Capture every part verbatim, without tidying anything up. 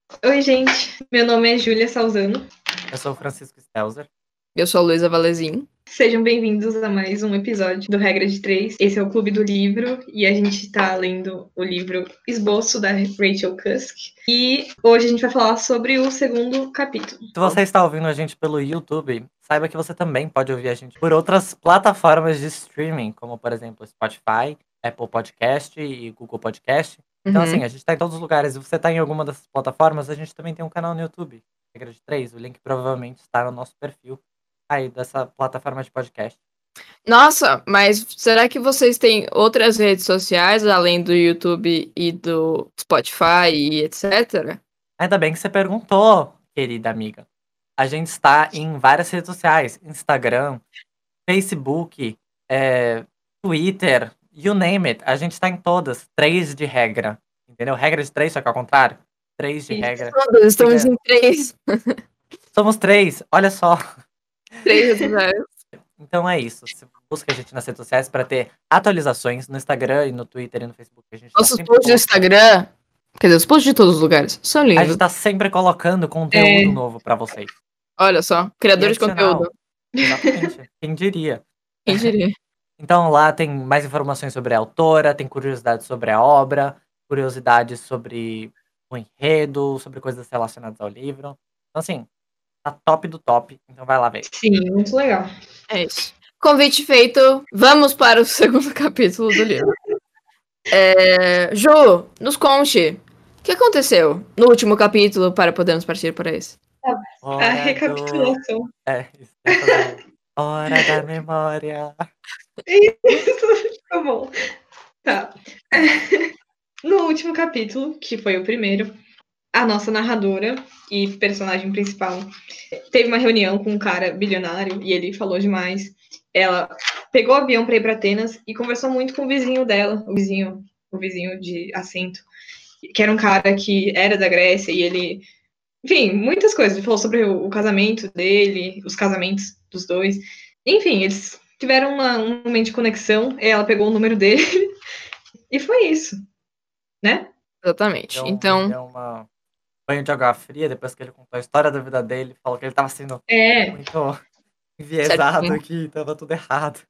Oi, gente. Meu nome é Júlia Salzano. Eu sou o Francisco Stelzer. Eu sou a Luísa Valezin. Sejam bem-vindos a mais um episódio do Regra de Três. Esse é o Clube do Livro e a gente está lendo o livro Esboço, da Rachel Cusk. E hoje a gente vai falar sobre o segundo capítulo. Se você está ouvindo a gente pelo YouTube, saiba que você também pode ouvir a gente por outras plataformas de streaming, como, por exemplo, Spotify, Apple Podcast e Google Podcast. Então, Uhum. assim, a gente está em todos os lugares. Se você está em alguma dessas plataformas, a gente também tem um canal no YouTube, Regra de Três. O link provavelmente está no nosso perfil aí dessa plataforma de podcast. Nossa, mas será que vocês têm outras redes sociais além do YouTube e do Spotify e etcétera? Ainda bem que você perguntou, querida amiga. A gente está em várias redes sociais: Instagram, Facebook, é, Twitter, you name it. A gente está em todas. Três de regra. Entendeu? Regra de três, só que ao contrário. Três de Isso. regra. Todas, estamos Porque em três. somos três, olha só. Três redes sociais. Então é isso. Você busca a gente nas redes sociais para ter atualizações no Instagram e no Twitter e no Facebook. A gente tá Nossos sempre posts do colocando. Instagram, quer dizer, os posts de todos os lugares, são A lindos. gente tá sempre colocando conteúdo É. novo para vocês. Olha só, criadores de adicional. conteúdo. Exatamente. Quem diria? Quem diria? Então lá tem mais informações sobre a autora, tem curiosidades sobre a obra, curiosidades sobre o enredo, sobre coisas relacionadas ao livro. Então, assim, tá top do top. Então vai lá ver. Sim, muito legal. É isso. Convite feito, vamos para o segundo capítulo do livro. É, Ju, nos conte, o que aconteceu no último capítulo para podermos partir para esse? Hora A do- recapitulação. É, isso. vai fazer. Hora da memória. Isso, tá bom. Tá. No último capítulo, que foi o primeiro, a nossa narradora e personagem principal teve uma reunião com um cara bilionário e ele falou demais. Ela pegou o avião para ir para Atenas e conversou muito com o vizinho dela, o vizinho, o vizinho de assento, que era um cara que era da Grécia e ele, enfim, muitas coisas. Ele falou sobre o, o casamento dele, os casamentos dos dois. Enfim, eles tiveram uma, um momento de conexão. Ela pegou o número dele e foi isso, né? Exatamente. Deu, Então, deu uma banho de água fria depois que ele contou a história da vida dele. Falou que ele tava sendo É, muito enviesado certinho. aqui, tava tudo errado.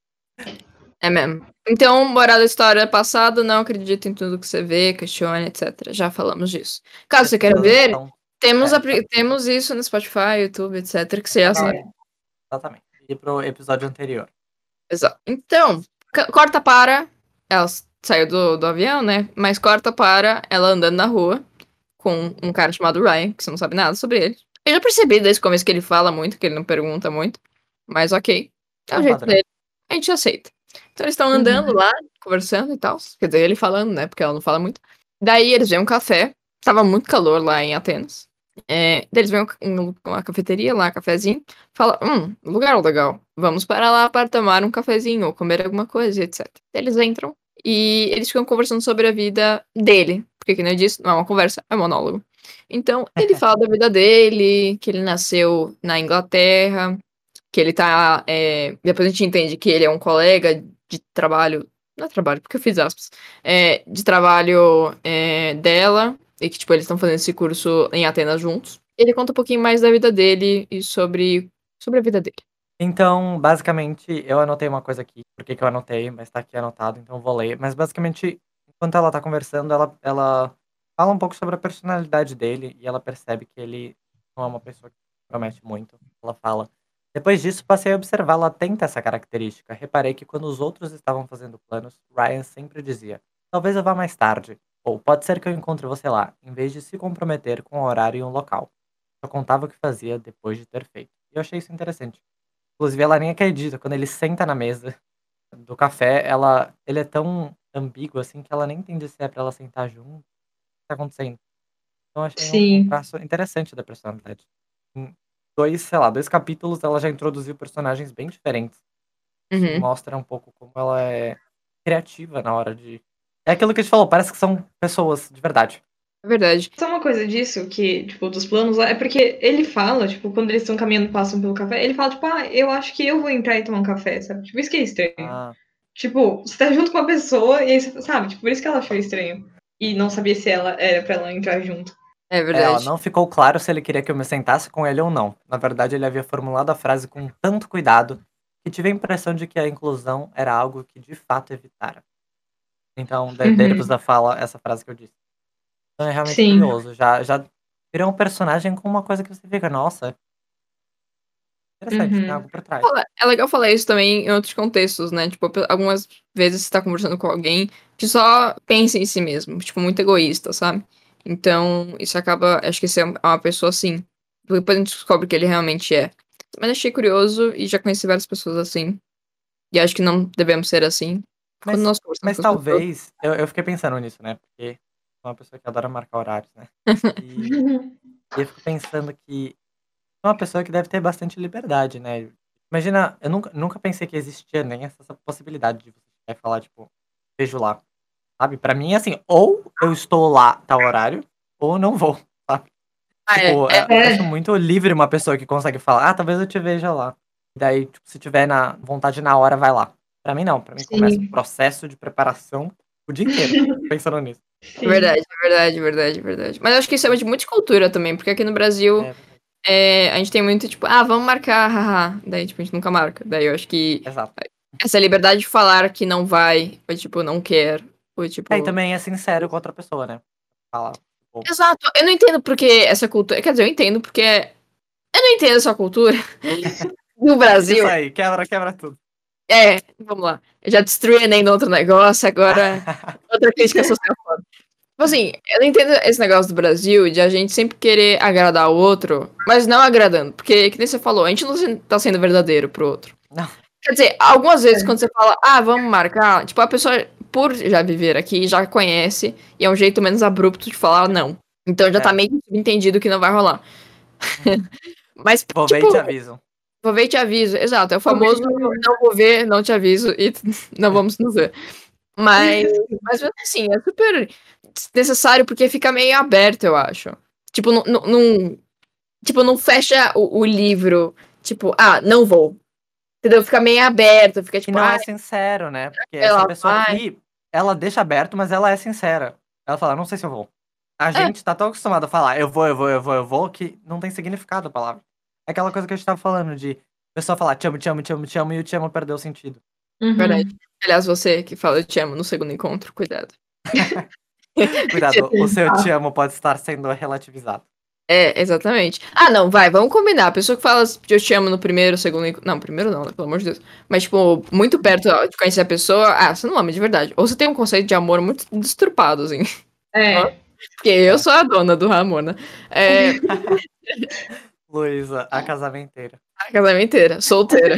É mesmo. Então, moral da história passada, não acredita em tudo que você vê, questione, etcétera. Já falamos disso. Caso você queira ver, Então, temos, é, apli- temos isso no Spotify, YouTube, etcétera, que você já sabe. exatamente. E pro episódio anterior. Exato. Então, c- corta para. Ela s- saiu do, do avião, né? Mas corta para ela andando na rua com um cara chamado Ryan, que você não sabe nada sobre ele. Eu já percebi desde o começo que ele fala muito, que ele não pergunta muito. Mas ok. É É o um jeito padrão. dele. A gente aceita. Então eles estão andando lá, conversando e tal. Quer dizer, ele falando, né? Porque ela não fala muito. Daí eles veem um café. Tava muito calor lá em Atenas. É, daí eles veem um- um- uma cafeteria lá, cafezinho. Fala, hum, lugar legal. Vamos para lá para tomar um cafezinho ou comer alguma coisa, etcétera. Daí eles entram e eles ficam conversando sobre a vida dele. Porque, como eu disse, não é uma conversa, é um monólogo. Então, ele fala da vida dele, que ele nasceu na Inglaterra, que ele tá. é, Depois a gente entende que ele é um colega de trabalho. Não é trabalho, porque eu fiz aspas. É, de trabalho é, dela. E que, tipo, eles estão fazendo esse curso em Atenas juntos. Ele conta um pouquinho mais da vida dele e sobre, sobre a vida dele. Então, basicamente, eu anotei uma coisa aqui. Por que que eu anotei? Mas tá aqui anotado, então eu vou ler. Mas basicamente, enquanto ela tá conversando, ela, ela fala um pouco sobre a personalidade dele e ela percebe que ele não é uma pessoa que promete muito. Ela fala: depois disso, passei a observá-la atenta a essa característica. Reparei que quando os outros estavam fazendo planos, Ryan sempre dizia: talvez eu vá mais tarde. Ou pode ser que eu encontre você lá, em vez de se comprometer com o horário e um local. Só contava o que fazia depois de ter feito. E eu achei isso interessante. Inclusive, ela nem acredita. Quando ele senta na mesa do café, ela, ele é tão ambíguo assim que ela nem entende se é pra ela sentar junto. O que tá acontecendo? Então, eu achei um, um sim. traço interessante da personalidade. Em dois, sei lá, dois capítulos, ela já introduziu personagens bem diferentes. Isso Uhum. mostra um pouco como ela é criativa na hora de. É aquilo que a gente falou, parece que são pessoas de verdade. É verdade. Só uma coisa disso, que, tipo, dos planos lá, é porque ele fala, tipo, quando eles estão caminhando, passam pelo café, ele fala, tipo, ah, eu acho que eu vou entrar e tomar um café, sabe? Tipo, isso que é estranho. Ah, Tipo, você tá junto com uma pessoa e aí você, sabe? Tipo, por isso que ela achou estranho. E não sabia se ela era pra ela entrar junto. É É, ó, verdade. não ficou claro se ele queria que eu me sentasse com ele ou não. Na verdade, ele havia formulado a frase com tanto cuidado que tive a impressão de que a inclusão era algo que de fato evitara. Então, daí daí depois Uhum. da fala, essa frase que eu disse. Então é realmente Sim. curioso. Já, já virou um personagem com uma coisa que você fica, nossa, interessante, tem Uhum. algo por trás. Fala- É legal falar isso também em outros contextos, né? Tipo, pe- algumas vezes você tá conversando com alguém que só pensa em si mesmo, tipo, muito egoísta, sabe? Então, isso acaba. Acho que isso é uma pessoa assim. Depois a gente descobre que ele realmente é. Mas achei curioso e já conheci várias pessoas assim. E acho que não devemos ser assim. Quando Mas, nós conversamos mas com as pessoas. talvez, eu, eu fiquei pensando nisso, né? Porque sou uma pessoa que adora marcar horários, né? E, e eu fico pensando que é uma pessoa que deve ter bastante liberdade, né? Imagina, eu nunca, nunca pensei que existia nem essa, essa possibilidade de você falar, tipo, vejo lá, sabe? Pra mim, assim, ou eu estou lá, tal horário, ou não vou, sabe? Ah, é. Tipo, É, é- acho É. muito livre uma pessoa que consegue falar, ah, talvez eu te veja lá. Daí, tipo, se tiver na vontade na hora, vai lá. Pra mim, não. Pra mim, começa o Sim. processo de preparação o dia inteiro, pensando nisso. é Sim. verdade, é verdade, é verdade, é verdade. Mas eu acho que isso é de muita cultura também, porque aqui no Brasil É verdade. é, a gente tem muito, tipo, ah, vamos marcar, haha. Daí, tipo, a gente nunca marca. Daí eu acho que Exato. essa liberdade de falar que não vai, ou tipo, não quer, ou tipo. É, e também é sincero com outra pessoa, né? Falar, tipo, Exato, eu não entendo porque essa cultura. Quer dizer, eu entendo porque. Eu não entendo essa cultura no isso Brasil. aí, quebra, quebra tudo. É, vamos lá. Eu já destruí nem no outro negócio, agora. Outra crítica social foda. Tipo assim, eu não entendo esse negócio do Brasil de a gente sempre querer agradar o outro, mas não agradando. Porque, que nem você falou, a gente não se- tá sendo verdadeiro pro outro. Não. Quer dizer, algumas vezes É. quando você fala, ah, vamos marcar, tipo, a pessoa, por já viver aqui, já conhece, e é um jeito menos abrupto de falar não. Então já tá É. meio que entendido que não vai rolar. Mas, Vou ver e tipo, te aviso. vou ver e te aviso. Exato, é o Vou ver e famoso te aviso. não vou ver, não te aviso e não vamos nos ver. Mas, mas assim, é super necessário porque fica meio aberto, eu acho. Tipo, não, não, não- tipo, não fecha o, o livro, tipo, ah, não vou. Entendeu? Fica meio aberto, fica E tipo, não ah, é sincero, né? Porque essa ela pessoa vai. aqui, ela deixa aberto, mas ela é sincera. Ela fala, não sei se eu vou. A É, gente tá tão acostumado a falar, eu vou, eu vou, eu vou, eu vou, que não tem significado a palavra. É aquela coisa que a gente tava falando de a pessoa falar te amo, te amo, te amo, te amo, e o te amo perdeu o sentido. verdade. Uhum. Aliás, você que fala eu te amo no segundo encontro, cuidado. Cuidado, o seu te amo pode estar sendo relativizado. É, exatamente. Ah, não, vai, vamos combinar. A pessoa que fala eu te amo no primeiro, segundo encontro. Não, primeiro não, né? Pelo amor de Deus. Mas, tipo, muito perto ó, de conhecer a pessoa. Ah, você não ama de verdade. Ou você tem um conceito de amor muito destrupado, assim. É. Porque eu É. sou a dona do amor, né? É, Luísa, a casamenteira. a casamenteira, solteira.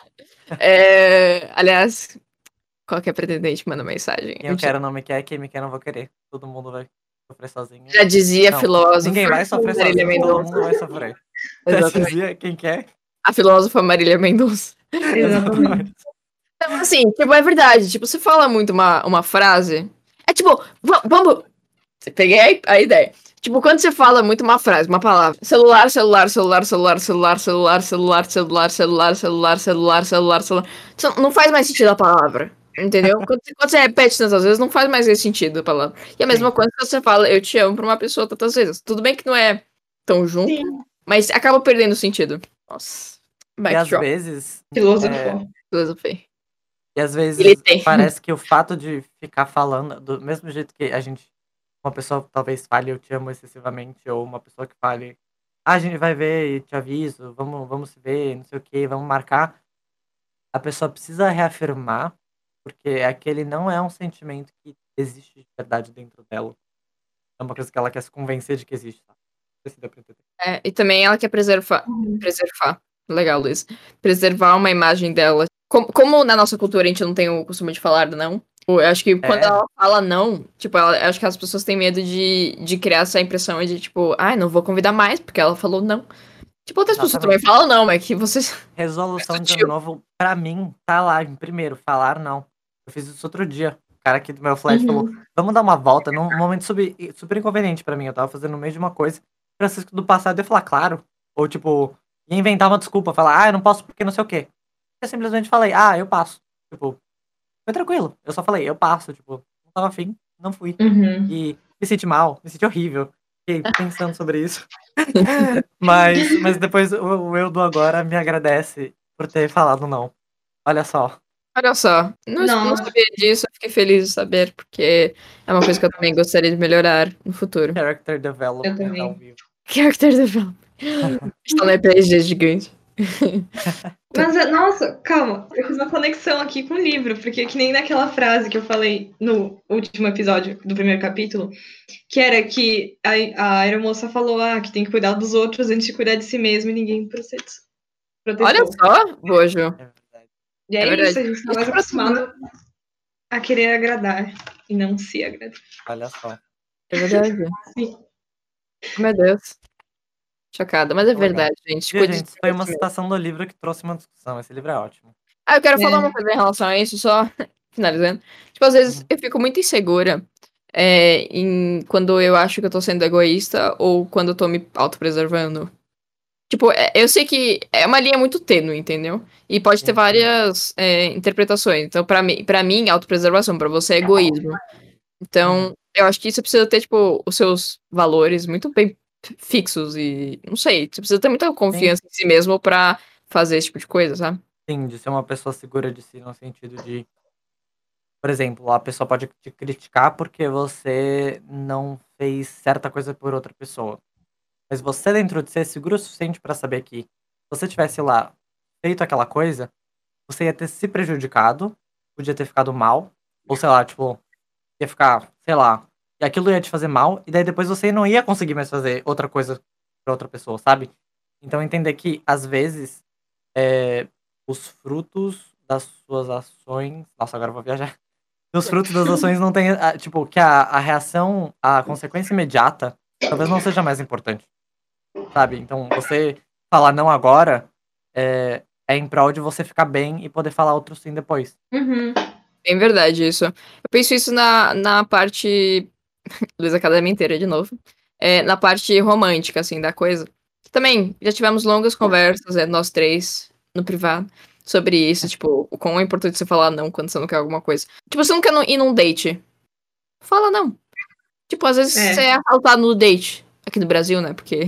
É, aliás, qualquer pretendente manda mensagem. Quem Eu eu te- quero não me quer, quem me quer não vou querer. Todo mundo vai sofrer sozinho. Já dizia a Não, filósofa ninguém vai sofrer Marília sozinho, todo Mendonça. mundo vai sofrer. Já Exatamente. dizia quem quer. A filósofa Marília Mendonça. Exatamente. Então, assim, tipo, é verdade. Tipo, você fala muito uma, uma frase. É tipo, va- vamos. Você peguei a, a ideia. Tipo, quando você fala muito uma frase, uma palavra. Celular, celular, celular, celular, celular, celular, celular, celular, celular, celular, celular, celular, celular. Isso não faz mais sentido a palavra. Entendeu? Quando, você- quando você repete tantas vezes, não faz mais esse sentido a palavra. E a mesma Sim. coisa que você fala, eu te amo pra uma pessoa tantas vezes. Tudo bem que não é tão junto, Sim. mas acaba perdendo sentido. Nossa. E Back às drop. vezes. é, Filosofou. Filosofia. E às Ele vezes tem. parece que o fato de ficar falando, do mesmo jeito que a gente. Uma pessoa talvez fale eu te amo excessivamente, ou uma pessoa que fale, ah, a gente vai ver e te aviso, vamos, vamos se ver, não sei o que, vamos marcar. A pessoa precisa reafirmar, porque aquele não é um sentimento que existe de verdade dentro dela. É uma coisa que ela quer se convencer de que existe. Tá? Não sei se deu pra entender. É, e também ela quer preservar. Uhum. Preservar. Legal, Luiz. Preservar uma imagem dela. Como, como na nossa cultura a gente não tem o costume de falar não, eu acho que quando É. ela fala não, tipo, ela, eu acho que as pessoas têm medo de, de criar essa impressão de, tipo, ai, não vou convidar mais, porque ela falou não. Tipo, outras pessoas também Exatamente. falam não, mas que vocês. Resolução de ano Sutil. novo, pra mim, tá lá em primeiro, falar não. Eu fiz isso outro dia. O cara aqui do meu flat falou, Uhum. vamos dar uma volta, num momento super, super inconveniente pra mim. Eu tava fazendo no meio de uma coisa. Francisco do passado, eu ia falar, claro. Ou tipo, ia inventar uma desculpa, falar, ah, eu não posso porque não sei o quê. Eu simplesmente falei, ah, eu passo. Tipo, foi tranquilo. Eu só falei, eu passo, tipo, não tava afim, não fui. Uhum. E me senti mal, me senti horrível. fiquei pensando sobre isso. mas, mas depois o, o eu do agora me agradece por ter falado não. Olha só. Olha só, não, não Nossa. sabia disso, eu fiquei feliz de saber, porque é uma coisa que eu também gostaria de melhorar no futuro. Character development Eu também. ao vivo. Character development. Está na P H D gigante. Mas, é- nossa, calma. Eu fiz uma conexão aqui com o livro, porque que nem naquela frase que eu falei no último episódio do primeiro capítulo, que era que a, a aeromoça falou ah, que tem que cuidar dos outros antes de cuidar de si mesmo e ninguém processou. Olha só, Bojo. É verdade. E é, É verdade. isso, a gente tá Isso mais pra acostumado a querer agradar e não se agradar. Olha só. É verdade. Sim. Meu Deus. Chocada, mas é Legal. verdade, gente. Viu, Cuide gente? de Foi uma si mesmo. citação do livro que trouxe uma discussão. Esse livro é ótimo. Ah, eu quero É. falar uma coisa em relação a isso, só finalizando. Tipo, às vezes Uhum. eu fico muito insegura é, em quando eu acho que eu tô sendo egoísta ou quando eu tô me autopreservando. Tipo, é- eu sei que é uma linha muito tênue, entendeu? E pode ter Sim. várias é, interpretações. Então, pra mim, pra mim, autopreservação, pra você é egoísmo. Então, Uhum. eu acho que você precisa ter, tipo, os seus valores muito bem fixos e, não sei, você precisa ter muita confiança em si mesmo pra fazer esse tipo de coisa, sabe? Sim, de ser uma pessoa segura de si no sentido de, por exemplo, a pessoa pode te criticar porque você não fez certa coisa por outra pessoa. Mas você dentro de si é seguro o suficiente pra saber que se você tivesse lá feito aquela coisa, você ia ter se prejudicado, podia ter ficado mal, ou sei lá, tipo, ia ficar, sei lá, e aquilo ia te fazer mal, e daí depois você não ia conseguir mais fazer outra coisa pra outra pessoa, sabe? Então entender que, às vezes, é, os frutos das suas ações. Nossa, agora eu vou viajar. Os frutos das ações não tem. ah, Tipo, que a, a reação, a consequência imediata, talvez não seja mais importante, sabe? Então, você falar não agora é, é em prol de você ficar bem e poder falar outro sim depois. Uhum. É verdade isso. Eu penso isso na, na parte. Luz Academia inteira de novo. É, na parte romântica, assim, da coisa. Também, já tivemos longas conversas, é, nós três, no privado, sobre isso, tipo, o quão é importante você falar não quando você não quer alguma coisa. Tipo, você não quer no- ir num date. Fala não. Tipo, às vezes É. você é assaltado no date. Aqui no Brasil, né? Porque.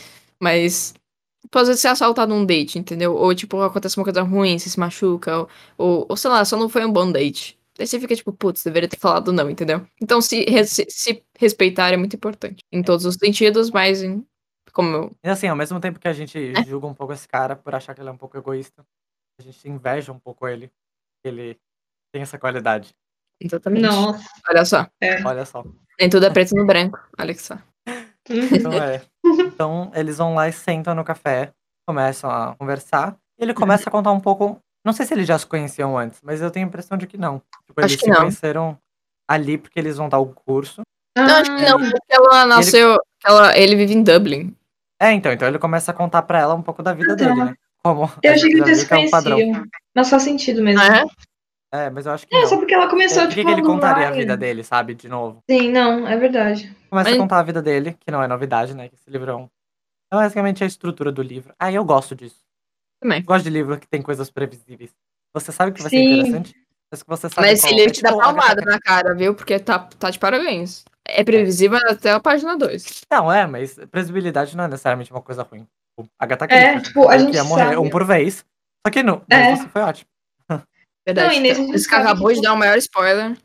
Mas. Tipo, às vezes você é assaltado num date, entendeu? Ou, tipo, acontece uma coisa ruim, você se machuca. Ou, ou, ou sei lá, só não foi um bom date. Daí você fica tipo, putz, deveria ter falado não, entendeu? Então, se, re- se, se respeitar é muito importante. Em todos os sentidos, mas em. Como eu. E assim, ao mesmo tempo que a gente É. julga um pouco esse cara por achar que ele é um pouco egoísta, a gente inveja um pouco ele, que ele tem essa qualidade. Exatamente. Nossa. Olha só. É. Olha só. Nem tudo é preto no branco. Olha que só. Então é. Então eles vão lá e sentam no café, começam a conversar. E ele começa a contar um pouco. Não sei se eles já se conheciam antes, mas eu tenho a impressão de que não. Tipo, Acho eles que se não. conheceram ali porque eles vão dar o curso. Não, acho que não, Ah, porque ela nasceu. Ela, ele vive em Dublin. É, então, então ele começa a contar pra ela um pouco da vida Ah, tá. dele, né? Como eu a achei gente que já eles viu se que é um padrão. conheciam. Mas faz sentido mesmo. Ah, é? É, mas eu acho que É, só não. porque ela começou, É, por que, tipo, que ele falando contaria a Ryan. vida dele, sabe? De novo. Sim, não, é verdade. Começa Mas- a contar a vida dele, que não é novidade, né? Que esse livro é um. É basicamente a estrutura do livro. Ah, eu gosto disso. Também. Eu gosto de livro que tem coisas previsíveis. Você sabe que vai ser Sim. interessante, mas que você sabe Mas qual esse livro é. te dá Tipo, Agatha palmada Christie. na cara, viu? Porque tá, tá de parabéns. É previsível até a página dois. Não, é, mas previsibilidade não é necessariamente uma coisa ruim. Tipo, Agatha É, Christie, a gente tipo, a sabia gente que ia morrer sabe. um por vez. Só que não, É. mesmo assim foi ótimo. Verdade. Não, e nesse a Então, gente esse que sabe acabou que, de dar o maior spoiler.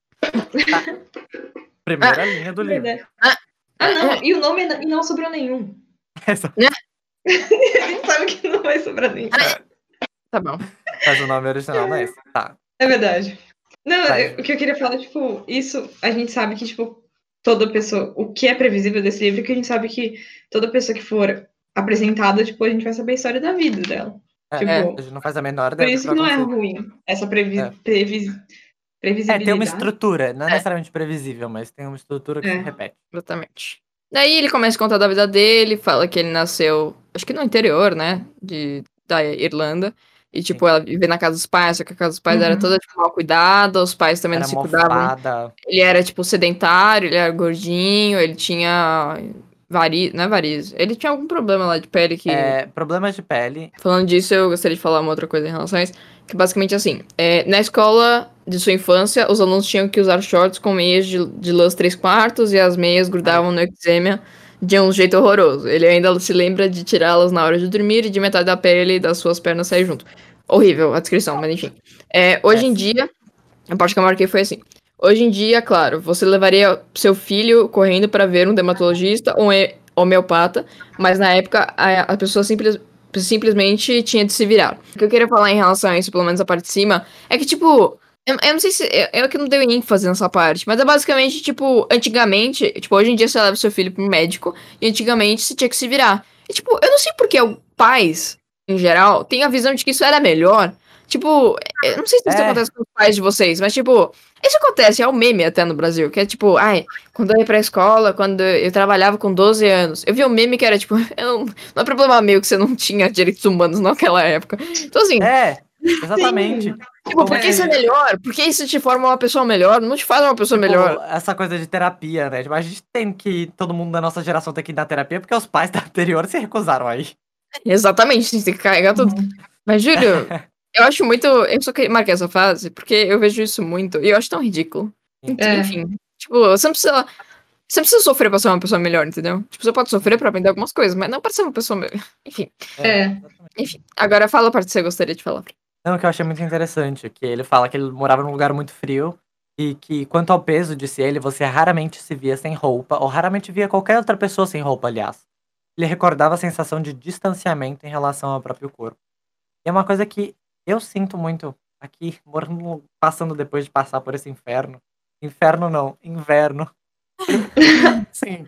Primeira linha do livro. Verdade. Ah, Ah, não, e o nome e não sobrou nenhum. Essa- A gente sabe que não vai sobrar nenhum. Tá bom. Mas o nome original não é esse. Tá. É verdade. Não, Vai, eu- Ju. o que eu queria falar, tipo, isso, a gente sabe que, tipo, toda pessoa, o que é previsível desse livro é que a gente sabe que toda pessoa que for apresentada, tipo, a gente vai saber a história da vida dela. É, Tipo, a gente não faz a menor por ideia do que isso vai que não é acontecer. ruim, essa previ É. previs É, previsibilidade. tem uma estrutura. Não é É. necessariamente previsível, mas tem uma estrutura que É. se repete. Exatamente. Daí ele começa a contar da vida dele, fala que ele nasceu, acho que no interior, né? De, da Irlanda. E, tipo, Sim. ela vive na casa dos pais, só que a casa dos pais era Uhum. toda, tipo, mal cuidada, os pais também Era não se cuidavam. mofada. Ele era, tipo, sedentário, ele era gordinho, ele tinha varizes, não é varizes, ele tinha algum problema lá de pele que... É, problemas de pele. Falando disso, eu gostaria de falar uma outra coisa em relação a isso, que basicamente assim, é, na escola de sua infância, os alunos tinham que usar shorts com meias de, de lãs três quartos e as meias grudavam no eczema de um jeito horroroso. Ele ainda se lembra de tirá-las na hora de dormir e de metade da pele das suas pernas sair junto. Horrível a descrição, mas enfim. É, hoje em dia, a parte que eu marquei foi assim. Hoje em dia, claro, você levaria seu filho correndo para ver um dermatologista ou um homeopata, mas na época a, a pessoa simples, simplesmente tinha de se virar. O que eu queria falar em relação a isso, pelo menos a parte de cima, é que, tipo, eu, eu não sei se. Eu, eu que não dei ênfase nessa parte, mas é basicamente, tipo, antigamente, tipo, hoje em dia você leva seu filho pro médico e antigamente você tinha que se virar. E, tipo, eu não sei porque os pais, em geral, têm a visão de que isso era melhor. Tipo, eu não sei se isso É. acontece com os pais de vocês, mas, tipo, isso acontece, é um meme até no Brasil, que é tipo, ai, quando eu ia pra escola, quando eu trabalhava com doze anos, eu vi um meme que era tipo, eu não, não é problema meu que você não tinha direitos humanos naquela época. Então, assim, É, exatamente. tipo, Como por que se- isso é melhor? Por que isso te forma uma pessoa melhor? Não te faz uma pessoa Tipo, melhor. essa coisa de terapia, né? Tipo, a gente tem que. Todo mundo da nossa geração tem que ir na terapia porque os pais da anterior se recusaram aí. Exatamente, você tem que carregar tudo. Mas, Júlio, eu acho muito. Eu só que- marquei essa fase porque eu vejo isso muito e eu acho tão ridículo. É. Enfim, tipo, você não precisa. Você não precisa sofrer pra ser uma pessoa melhor, entendeu? Tipo, você pode sofrer pra aprender algumas coisas, mas não pra ser uma pessoa melhor. Enfim, É. Exatamente. enfim. Agora fala a parte que você gostaria de falar. Não, o que eu achei muito interessante, que ele fala que ele morava num lugar muito frio e que, quanto ao peso, disse ele, você raramente se via sem roupa, ou raramente via qualquer outra pessoa sem roupa, aliás. Ele recordava a sensação de distanciamento em relação ao próprio corpo. E é uma coisa que eu sinto muito aqui, morando, passando depois de passar por esse inferno. Inferno não, inverno. Sim.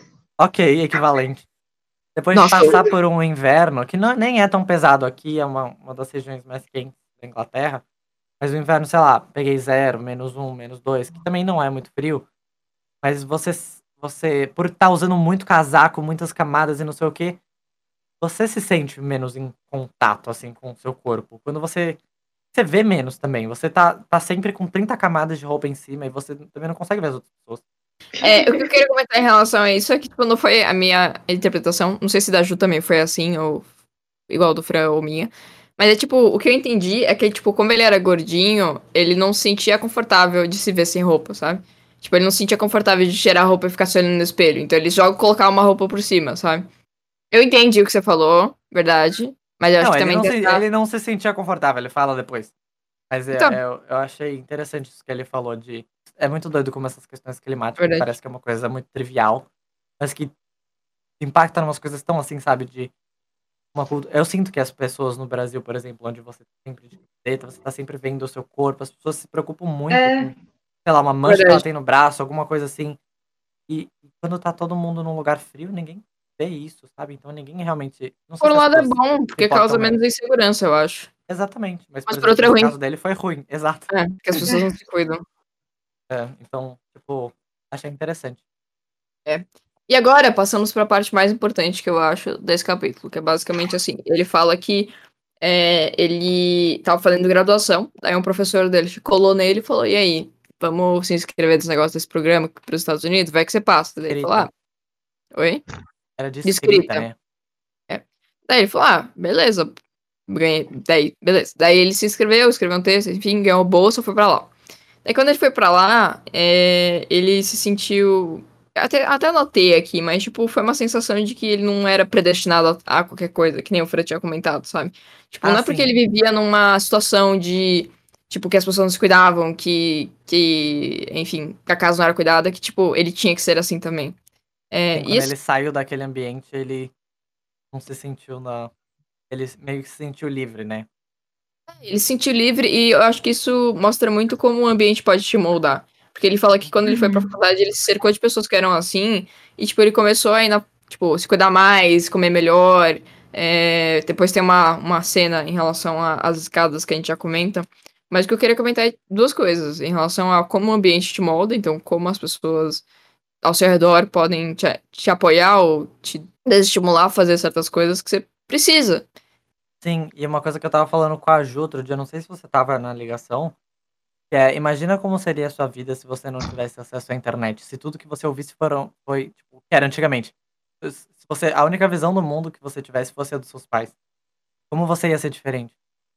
Ok, equivalente. Depois Nossa, de passar por um inverno, que não, nem é tão pesado aqui, é uma, uma das regiões mais quentes da Inglaterra, mas o inverno, sei lá, peguei zero, menos um, menos dois, que também não é muito frio, mas você, você por estar usando muito casaco, muitas camadas e não sei o que, você se sente menos em contato, assim, com o seu corpo. Quando você, você vê menos também, você tá, tá sempre com trinta camadas de roupa em cima e você também não consegue ver as outras pessoas. é, o que eu queria comentar em relação a isso é que, tipo, não foi a minha interpretação. Não sei se da Ju também foi assim, ou igual do Fran ou minha. Mas é tipo, o que eu entendi é que, tipo, como ele era gordinho, ele não se sentia confortável de se ver sem roupa, sabe? Tipo, ele não se sentia confortável de tirar a roupa e ficar se olhando no espelho. Então ele joga colocar uma roupa por cima, sabe? Eu entendi o que você falou, verdade. Mas eu acho Não, que ele também não, se, tentar... ele não se sentia confortável, ele fala depois. Mas é, Então, é, eu achei interessante isso que ele falou de. É muito doido como essas questões climáticas verdade. parece que é uma coisa muito trivial, mas que impacta em umas coisas tão assim, sabe? De uma cultura. Eu sinto que as pessoas no Brasil, por exemplo, onde você tá sempre de camiseta, você tá sempre vendo o seu corpo, as pessoas se preocupam muito É. com, sei lá, uma mancha que ela Verdade. tem no braço, alguma coisa assim. E, e quando tá todo mundo num lugar frio, ninguém vê isso, sabe? Então ninguém realmente. Não sei Por um se as lado é pessoas bom, se porque importam causa menos menos. insegurança, eu acho. Exatamente. Mas, por Mas por exemplo, outro é no ruim. caso dele foi ruim. Exato. É, porque as pessoas não se cuidam. É, então, tipo, achei interessante. É. E agora, passamos para a parte mais importante que eu acho desse capítulo, que é basicamente assim, ele fala que é, ele tava fazendo graduação, aí um professor dele colou nele e falou, e aí, vamos se inscrever nesse negócio desse programa para os Estados Unidos, vai que você passa. Daí ele falou, ah, oi? Era de De escrita, escrita. né? É. Daí ele falou, ah, beleza, ganhei, daí, beleza. Daí ele se inscreveu, escreveu um texto, enfim, ganhou bolsa, foi pra lá. Daí quando ele foi pra lá, é, ele se sentiu. Até, até anotei aqui, mas tipo, foi uma sensação de que ele não era predestinado a, a qualquer coisa, que nem o Fred tinha comentado, sabe? Tipo, Ah, não é porque sim. ele vivia numa situação de. Tipo, que as pessoas não se cuidavam, que. que enfim, que a casa não era cuidada, que, tipo, ele tinha que ser assim também. É, Sim, e quando esse ele saiu daquele ambiente, ele não se sentiu na. Ele meio que se sentiu livre, né? Ele se sentiu livre e eu acho que isso mostra muito como o ambiente pode te moldar. Porque ele fala que quando ele foi pra Uhum. faculdade, ele se cercou de pessoas que eram assim, e tipo, ele começou a ainda, tipo, se cuidar mais, comer melhor. É, depois tem uma, uma cena em relação a- às escadas que a gente já comenta. Mas o que eu queria comentar é duas coisas, em relação a como o ambiente te molda, então como as pessoas ao seu redor podem te, te apoiar ou te desestimular a fazer certas coisas que você precisa. Sim, e uma coisa que eu tava falando com a Ju outro dia, não sei se você tava na ligação, que é, imagina como seria a sua vida se você não tivesse acesso à internet. Se tudo que você ouvisse foram, foi, tipo, que era antigamente. Se você, a única visão do mundo que você tivesse fosse a dos seus pais. Como você ia ser diferente,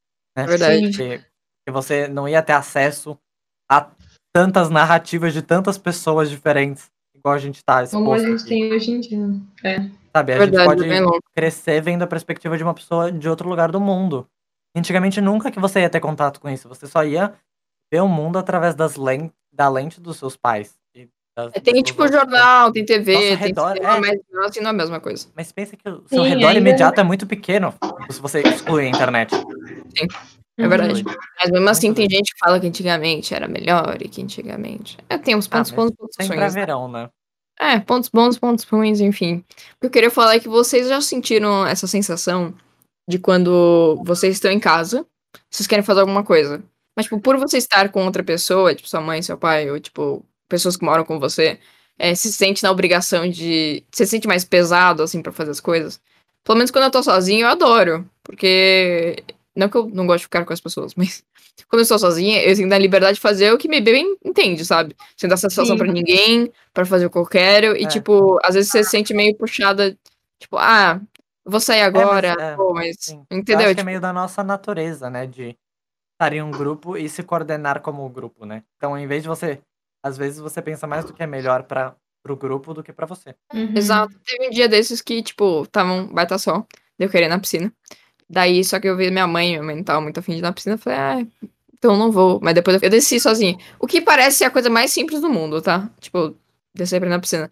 É né? verdade. Sim. Porque, porque você não ia ter acesso a tantas narrativas de tantas pessoas diferentes. igual a gente tá Como a exposto gente aqui. tem hoje em dia. É. Sabe, a Verdade, gente é bem pode louco. crescer vendo a perspectiva de uma pessoa de outro lugar do mundo. Antigamente nunca que você ia ter contato com isso, você só ia ver o mundo através das len da lente dos seus pais e das É, tem pessoas tipo ao seu jornal, tem T nosso V, tem redor cinema, é. mas assim não é a mesma coisa. Mas pensa que o seu Sim, redor ainda imediato é muito pequeno, se você excluir a internet. Sim, é Muito verdade. doido. Mas mesmo assim Muito tem doido. gente que fala que antigamente era melhor e que antigamente... É, tem uns Ah, pontos mas bons e pontos sempre ruins, né? haverão, né? É, pontos bons, pontos ruins, enfim. O que eu queria falar é que vocês já sentiram essa sensação de quando vocês estão em casa, vocês querem fazer alguma coisa. Mas, tipo, por você estar com outra pessoa, tipo, sua mãe, seu pai, ou, tipo, pessoas que moram com você, é, se sente na obrigação de... Você se sente mais pesado, assim, pra fazer as coisas. Pelo menos quando eu tô sozinho, eu adoro. Porque... Não que eu não gosto de ficar com as pessoas, mas... Quando eu estou sozinha, eu sinto a liberdade de fazer o que me bem entende, sabe? Sem dar satisfação Sim. pra ninguém, pra fazer o que eu quero. E, É. tipo, às vezes você se sente meio puxada, tipo, ah, vou sair É, mas, agora, é, pô, mas... sim. Eu Entendeu? acho que é Tipo, meio da nossa natureza, né? De estar em um grupo e se coordenar como grupo, né? Então, em vez de você... Às vezes você pensa mais do que é melhor para pro grupo do que pra você. Uhum. exato. Teve um dia desses que, tipo, tava um baita sol, daí eu queria ir na piscina. Daí, só que eu vi minha mãe, minha mãe não tava muito afim de ir na piscina, eu falei, ah, então eu não vou. Mas depois eu desci sozinha. O que parece ser a coisa mais simples do mundo, tá? Tipo, descer pra ir na piscina.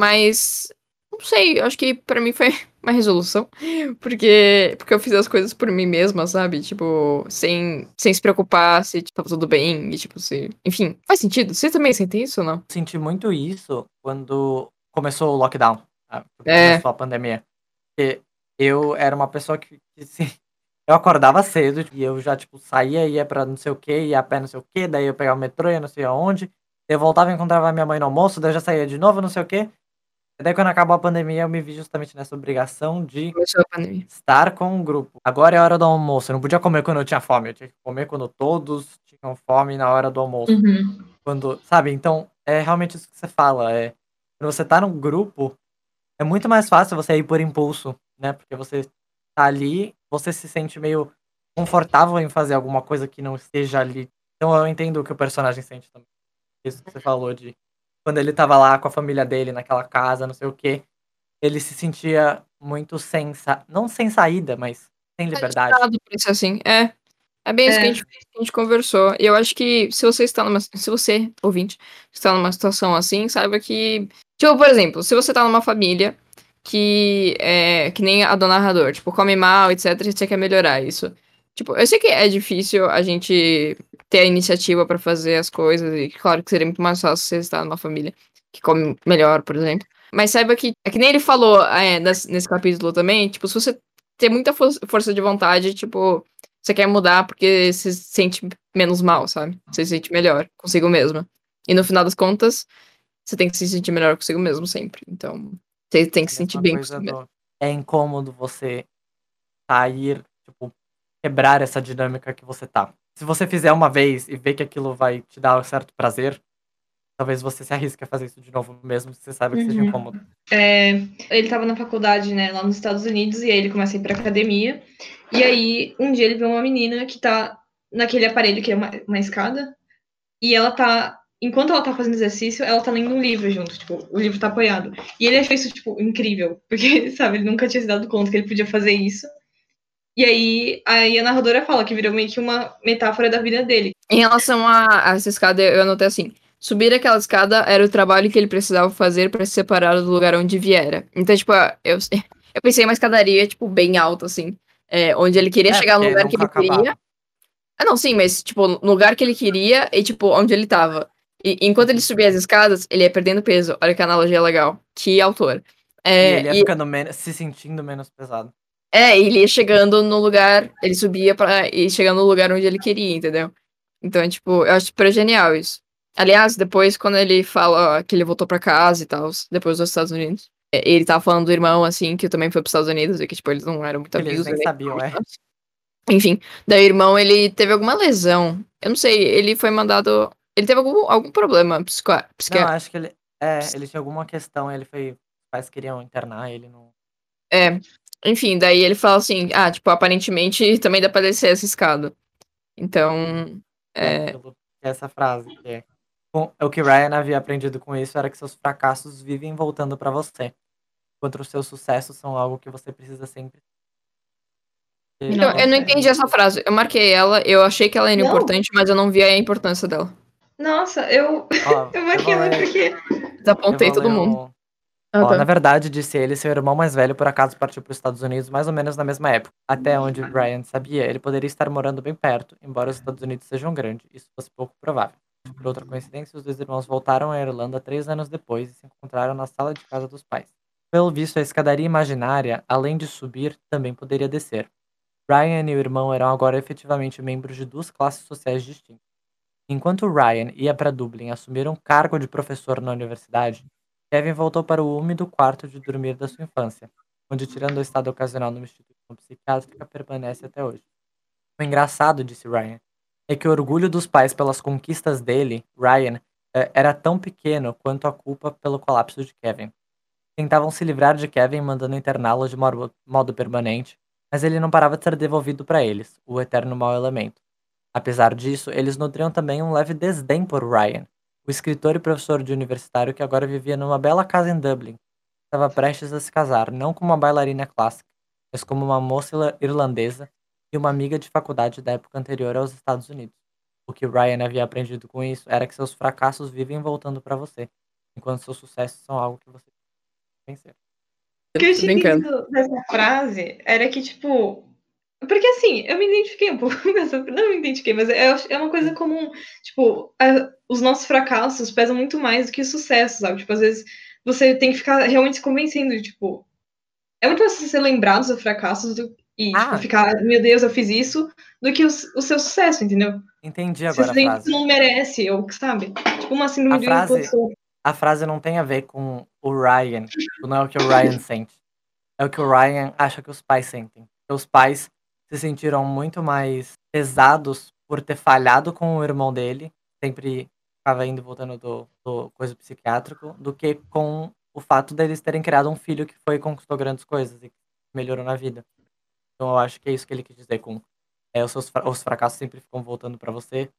Mas, não sei, eu acho que pra mim foi uma resolução. Porque, porque eu fiz as coisas por mim mesma, sabe? Tipo, sem, sem se preocupar se tipo, tava tudo bem. E, tipo, se... Enfim, faz sentido? Vocês também sentem isso ou não? Senti muito isso quando começou o lockdown, tá? Quando É. começou a pandemia. Porque eu era uma pessoa que, que se... eu acordava cedo e eu já, tipo, saía, ia pra não sei o que, ia a pé não sei o que, daí eu pegava o metrô, ia não sei aonde, eu voltava e encontrava minha mãe no almoço, daí eu já saía de novo, não sei o que. E daí quando acabou a pandemia eu me vi justamente nessa obrigação de Começou a pandemia. estar com o grupo. Agora é a hora do almoço, eu não podia comer quando eu tinha fome, eu tinha que comer quando todos tinham fome na hora do almoço. Uhum. Quando, sabe? Então, é realmente isso que você fala. É, quando você tá num grupo, é muito mais fácil você ir por impulso, né? Porque você tá ali, você se sente meio confortável em fazer alguma coisa que não esteja ali. Então eu entendo o que o personagem sente também. Isso que você falou de quando ele tava lá com a família dele, naquela casa, não sei o quê, ele se sentia muito sem, sa... não sem saída, mas sem liberdade. Agitado por isso, assim. É. É bem isso que a É. gente, que a gente conversou. E eu acho que se você está numa. Se você, ouvinte, está numa situação assim, saiba que. Tipo, por exemplo, se você tá numa família que é que nem a do narrador, tipo, come mal, etcétera, e você quer melhorar isso. Tipo, eu sei que é difícil a gente ter a iniciativa pra fazer as coisas, e claro que seria muito mais fácil se você estar numa família que come melhor, por exemplo. Mas saiba que, é que nem ele falou é, nesse, nesse capítulo também, tipo, se você ter muita for força de vontade, tipo, você quer mudar porque você se sente menos mal, sabe? Você se sente melhor consigo mesma. E no final das contas, você tem que se sentir melhor consigo mesmo sempre. Então, você tem que se A sentir mesma bem coisa consigo mesmo. do... É incômodo você sair, tipo, quebrar essa dinâmica que você tá. Se você fizer uma vez e ver que aquilo vai te dar um certo prazer, talvez você se arrisque a fazer isso de novo, mesmo que você saiba que seja Uhum. incômodo. É, ele tava na faculdade, né, lá nos Estados Unidos, e aí ele começa a ir pra academia. E aí, um dia ele vê uma menina que tá naquele aparelho que é uma, uma escada, e ela tá, enquanto ela tá fazendo exercício, ela tá lendo um livro junto, tipo, o livro tá apoiado. E ele achou isso, tipo, incrível, porque, sabe, ele nunca tinha se dado conta que ele podia fazer isso. E aí, aí a narradora fala que virou meio que uma metáfora da vida dele. Em relação a, a essa escada, eu anotei assim: subir aquela escada era o trabalho que ele precisava fazer pra se separar do lugar onde viera. Então, tipo, eu, eu pensei em uma escadaria, tipo, bem alta, assim, é, onde ele queria É, chegar no porque lugar que nunca ele queria. acabava. Ah, não, sim, mas, tipo, no lugar que ele queria e, tipo, onde ele tava. E enquanto ele subia as escadas, ele ia perdendo peso. Olha que analogia legal. Que autor. E É, ele ia e, ficando menos, se sentindo menos pesado. é, ele ia chegando no lugar, ele subia pra ir chegando no lugar onde ele queria, entendeu? Então, é, tipo, eu acho super genial isso. Aliás, depois, quando ele fala que ele voltou pra casa e tal, depois dos Estados Unidos, é, ele tava falando do irmão, assim, que também foi pros Estados Unidos, e que, tipo, eles não eram muito Eles amigos. nem nem- sabiam, é. Enfim, daí o irmão, ele teve alguma lesão. Eu não sei, ele foi mandado... Ele teve algum, algum problema psico... psiqui... Não, acho que ele. É, ele tinha alguma questão, ele foi. Os pais queriam internar ele no. É, enfim, daí ele fala assim, ah, tipo, aparentemente também dá pra descer essa escada. Então, É, é... pelo, essa frase que é. Com- O que Ryan havia aprendido com isso era que seus fracassos vivem voltando pra você, enquanto os seus sucessos são algo que você precisa sempre ter Eu, eu não Nossa, entendi é. essa frase. Eu marquei ela, eu achei que ela era Não, importante, mas eu não vi a importância dela. nossa, eu, Ó, eu eu marquei vou ela ler, porque. eu Desapontei vou todo ler mundo. o. Ah, Ó, na tá. verdade, disse ele, seu irmão mais velho por acaso partiu para os Estados Unidos mais ou menos na mesma época. Até onde Ryan sabia, ele poderia estar morando bem perto, embora os Estados Unidos sejam grandes, isso fosse pouco provável. Por outra coincidência, os dois irmãos voltaram à Irlanda três anos depois e se encontraram na sala de casa dos pais. Pelo visto, a escadaria imaginária, além de subir, também poderia descer. Ryan e o irmão eram agora efetivamente membros de duas classes sociais distintas. Enquanto Ryan ia para Dublin assumir um cargo de professor na universidade, Kevin voltou para o úmido quarto de dormir da sua infância, onde, tirando o estado ocasional numa instituição psiquiátrica, permanece até hoje. O engraçado, disse Ryan, é que o orgulho dos pais pelas conquistas dele, Ryan, eh, era tão pequeno quanto a culpa pelo colapso de Kevin. Tentavam se livrar de Kevin mandando interná-lo de modo modo permanente, mas ele não parava de ser devolvido para eles, o eterno mau elemento. Apesar disso, eles nutriam também um leve desdém por Ryan, o escritor e professor de universitário que agora vivia numa bela casa em Dublin. Estava prestes a se casar, não como uma bailarina clássica, mas como uma moça irla- irlandesa e uma amiga de faculdade da época anterior aos Estados Unidos. O que Ryan havia aprendido com isso era que seus fracassos vivem voltando para você, enquanto seus sucessos são algo que você tem que vencer. O que eu Tô tinha brincando. entendido dessa frase era que, tipo. Porque assim, eu me identifiquei um pouco com essa. Não me identifiquei, mas é, é uma coisa comum. Tipo, a- os nossos fracassos pesam muito mais do que o sucesso, sabe? Tipo, às vezes você tem que ficar realmente se convencendo de, tipo. É muito mais fácil ser lembrado dos seus fracassos do- e, tipo, Ah, ficar, meu Deus, eu fiz isso, do que o, o seu sucesso, entendeu? entendi Você agora a sente que frase. não merece, ou sabe? Tipo uma A síndrome do frase, impostor. a frase não tem a ver com o Ryan, não é o que o Ryan sente. É o que o Ryan acha que os pais sentem. Os pais se sentiram muito mais pesados por ter falhado com o irmão dele, sempre ficava indo e voltando do, do coisa psiquiátrico, do que com o fato deles terem criado um filho que foi e conquistou grandes coisas e que melhorou na vida. Então eu acho que é isso que ele quis dizer com é, os seus fra- os fracassos sempre ficam voltando pra você,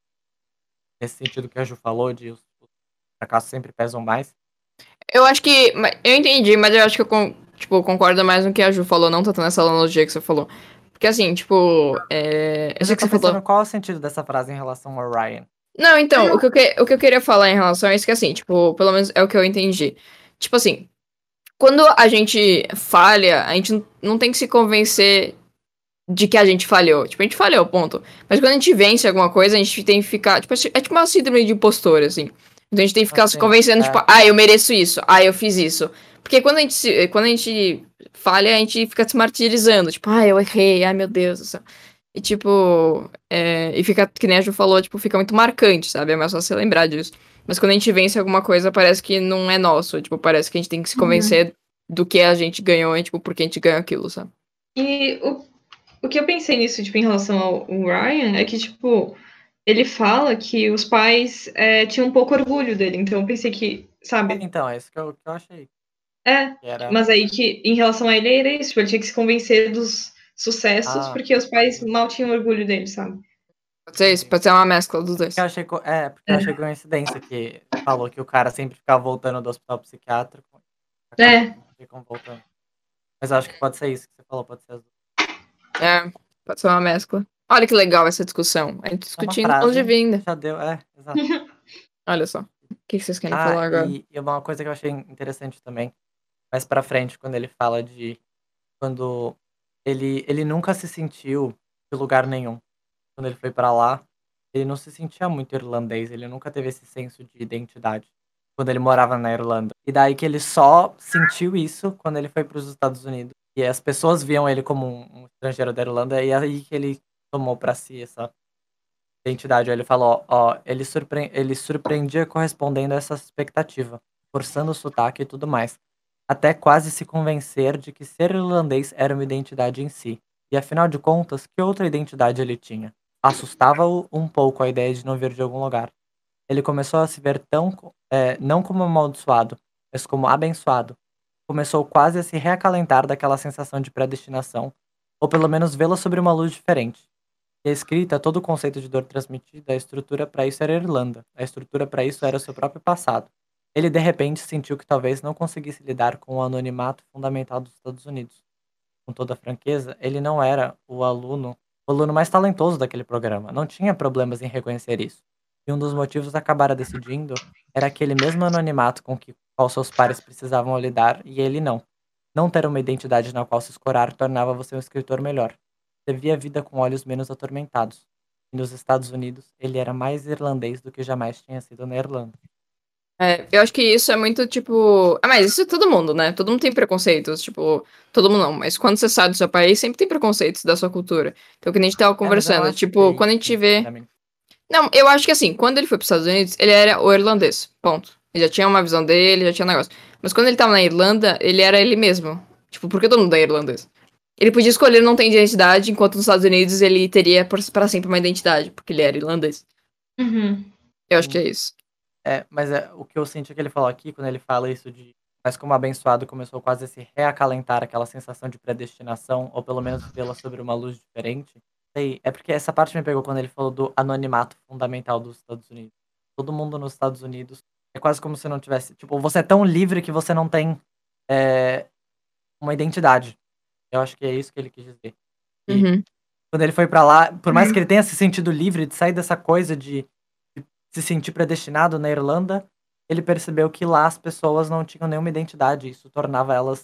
nesse sentido que a Ju falou, de os, os fracassos sempre pesam mais. Eu acho que. ma- Eu entendi, mas eu acho que eu con- tipo, concordo mais no que a Ju falou, não tanto nessa analogia que você falou. Porque assim, tipo. É... Eu Mas sei eu que tô você falou. pensando qual é o sentido dessa frase em relação ao Ryan. Não, então, o que, eu que... o que eu queria falar em relação a isso é que assim, tipo, pelo menos é o que eu entendi. Tipo assim, quando a gente falha, a gente não- não tem que se convencer de que a gente falhou. Tipo, a gente falhou, ponto. Mas quando a gente vence alguma coisa, a gente tem que ficar. Tipo, é tipo uma síndrome de impostor, assim. Então a gente tem que ficar se Assim, convencendo, tipo, é. ah, eu mereço isso, ah, eu fiz isso. Porque quando a gente, se- quando a gente falha, a gente fica se martirizando, tipo, ah, eu errei, ai meu Deus do céu. E tipo, é, e fica, que nem a Ju falou, tipo, fica muito marcante, sabe? É mais fácil você lembrar disso. Mas quando a gente vence alguma coisa, parece que não é nosso. Tipo, parece que a gente tem que se convencer do que a gente ganhou e, tipo, porque a gente ganhou aquilo, sabe? E o, o que eu pensei nisso, tipo, em relação ao, ao Ryan, é que, tipo, ele fala que os pais é, tinham um pouco orgulho dele. Então eu pensei que, É, sabe? então, é isso que eu, que eu achei. É, Que era. mas aí que, em relação a ele, era isso. Tipo, ele tinha que se convencer dos sucessos, Ah, porque os pais mal tinham orgulho dele, sabe? Pode ser isso, entendi. pode ser uma mescla dos Porque eu dois. achei, co- é, porque eu É. achei coincidência que falou que o cara sempre ficava voltando do hospital psiquiátrico. Acabou É. que ficam voltando. Mas eu acho que pode ser isso que você falou, pode ser as duas. É, pode ser uma mescla. Olha que legal essa discussão. A gente É uma discutindo ponto de frase, vista. já deu, é, exato. Olha só. O que que vocês querem Ah, falar agora? e, e uma coisa que eu achei interessante também, mais pra frente, quando ele fala de quando ele, ele nunca se sentiu de lugar nenhum. Quando ele foi pra lá, ele não se sentia muito irlandês, ele nunca teve esse senso de identidade quando ele morava na Irlanda. E daí que ele só sentiu isso quando ele foi para os Estados Unidos. E as pessoas viam ele como um, um estrangeiro da Irlanda, e aí que ele tomou pra si essa identidade. Aí ele falou, ó, ele, surpre ele surpreendia correspondendo a essa expectativa, forçando o sotaque e tudo mais, até quase se convencer de que ser irlandês era uma identidade em si. E afinal de contas, que outra identidade ele tinha? Assustava-o um pouco a ideia de não vir de algum lugar. Ele começou a se ver tão, co- eh, não como amaldiçoado, mas como abençoado. Começou quase a se reacalentar daquela sensação de predestinação, ou pelo menos vê-la sobre uma luz diferente. E a escrita, todo o conceito de dor transmitida, a estrutura para isso era a Irlanda. A estrutura para isso era o seu próprio passado. Ele, de repente, sentiu que talvez não conseguisse lidar com o anonimato fundamental dos Estados Unidos. Com toda franqueza, ele não era o aluno, o aluno mais talentoso daquele programa. Não tinha problemas em reconhecer isso. E um dos motivos acabara decidindo era aquele mesmo anonimato com que qual seus pares precisavam lidar e ele não. Não ter uma identidade na qual se escorar tornava você um escritor melhor. Você via a vida com olhos menos atormentados. E nos Estados Unidos, ele era mais irlandês do que jamais tinha sido na Irlanda. É, eu acho que isso é muito, tipo... Ah, mas isso é todo mundo, né? Todo mundo tem preconceitos, tipo... Todo mundo não, mas quando você sai do seu país, sempre tem preconceitos da sua cultura. Então, que a gente tava É, mas eu não conversando, acho tipo, que quando a é gente isso, vê... sinceramente. Não, eu acho que assim, quando ele foi pros Estados Unidos, ele era o irlandês, ponto. Ele já tinha uma visão dele, já tinha um negócio. Mas quando ele tava na Irlanda, ele era ele mesmo. Tipo, porque todo mundo é irlandês. Ele podia escolher não ter identidade, enquanto nos Estados Unidos ele teria por- pra sempre uma identidade, porque ele era irlandês. Uhum. Eu acho que é isso. É, mas é, o que eu senti que ele falou aqui, quando ele fala isso de. Mas como abençoado começou quase a se reacalentar aquela sensação de predestinação, ou pelo menos vê-la sobre uma luz diferente. Sei, é porque essa parte me pegou quando ele falou do anonimato fundamental dos Estados Unidos. Todo mundo nos Estados Unidos é quase como se não tivesse. Tipo, você é tão livre que você não tem é, uma identidade. Eu acho que é isso que ele quis dizer. E Uhum. quando ele foi pra lá, por mais que ele tenha se sentido livre de sair dessa coisa de, de se sentir predestinado na Irlanda, ele percebeu que lá as pessoas não tinham nenhuma identidade. Isso tornava elas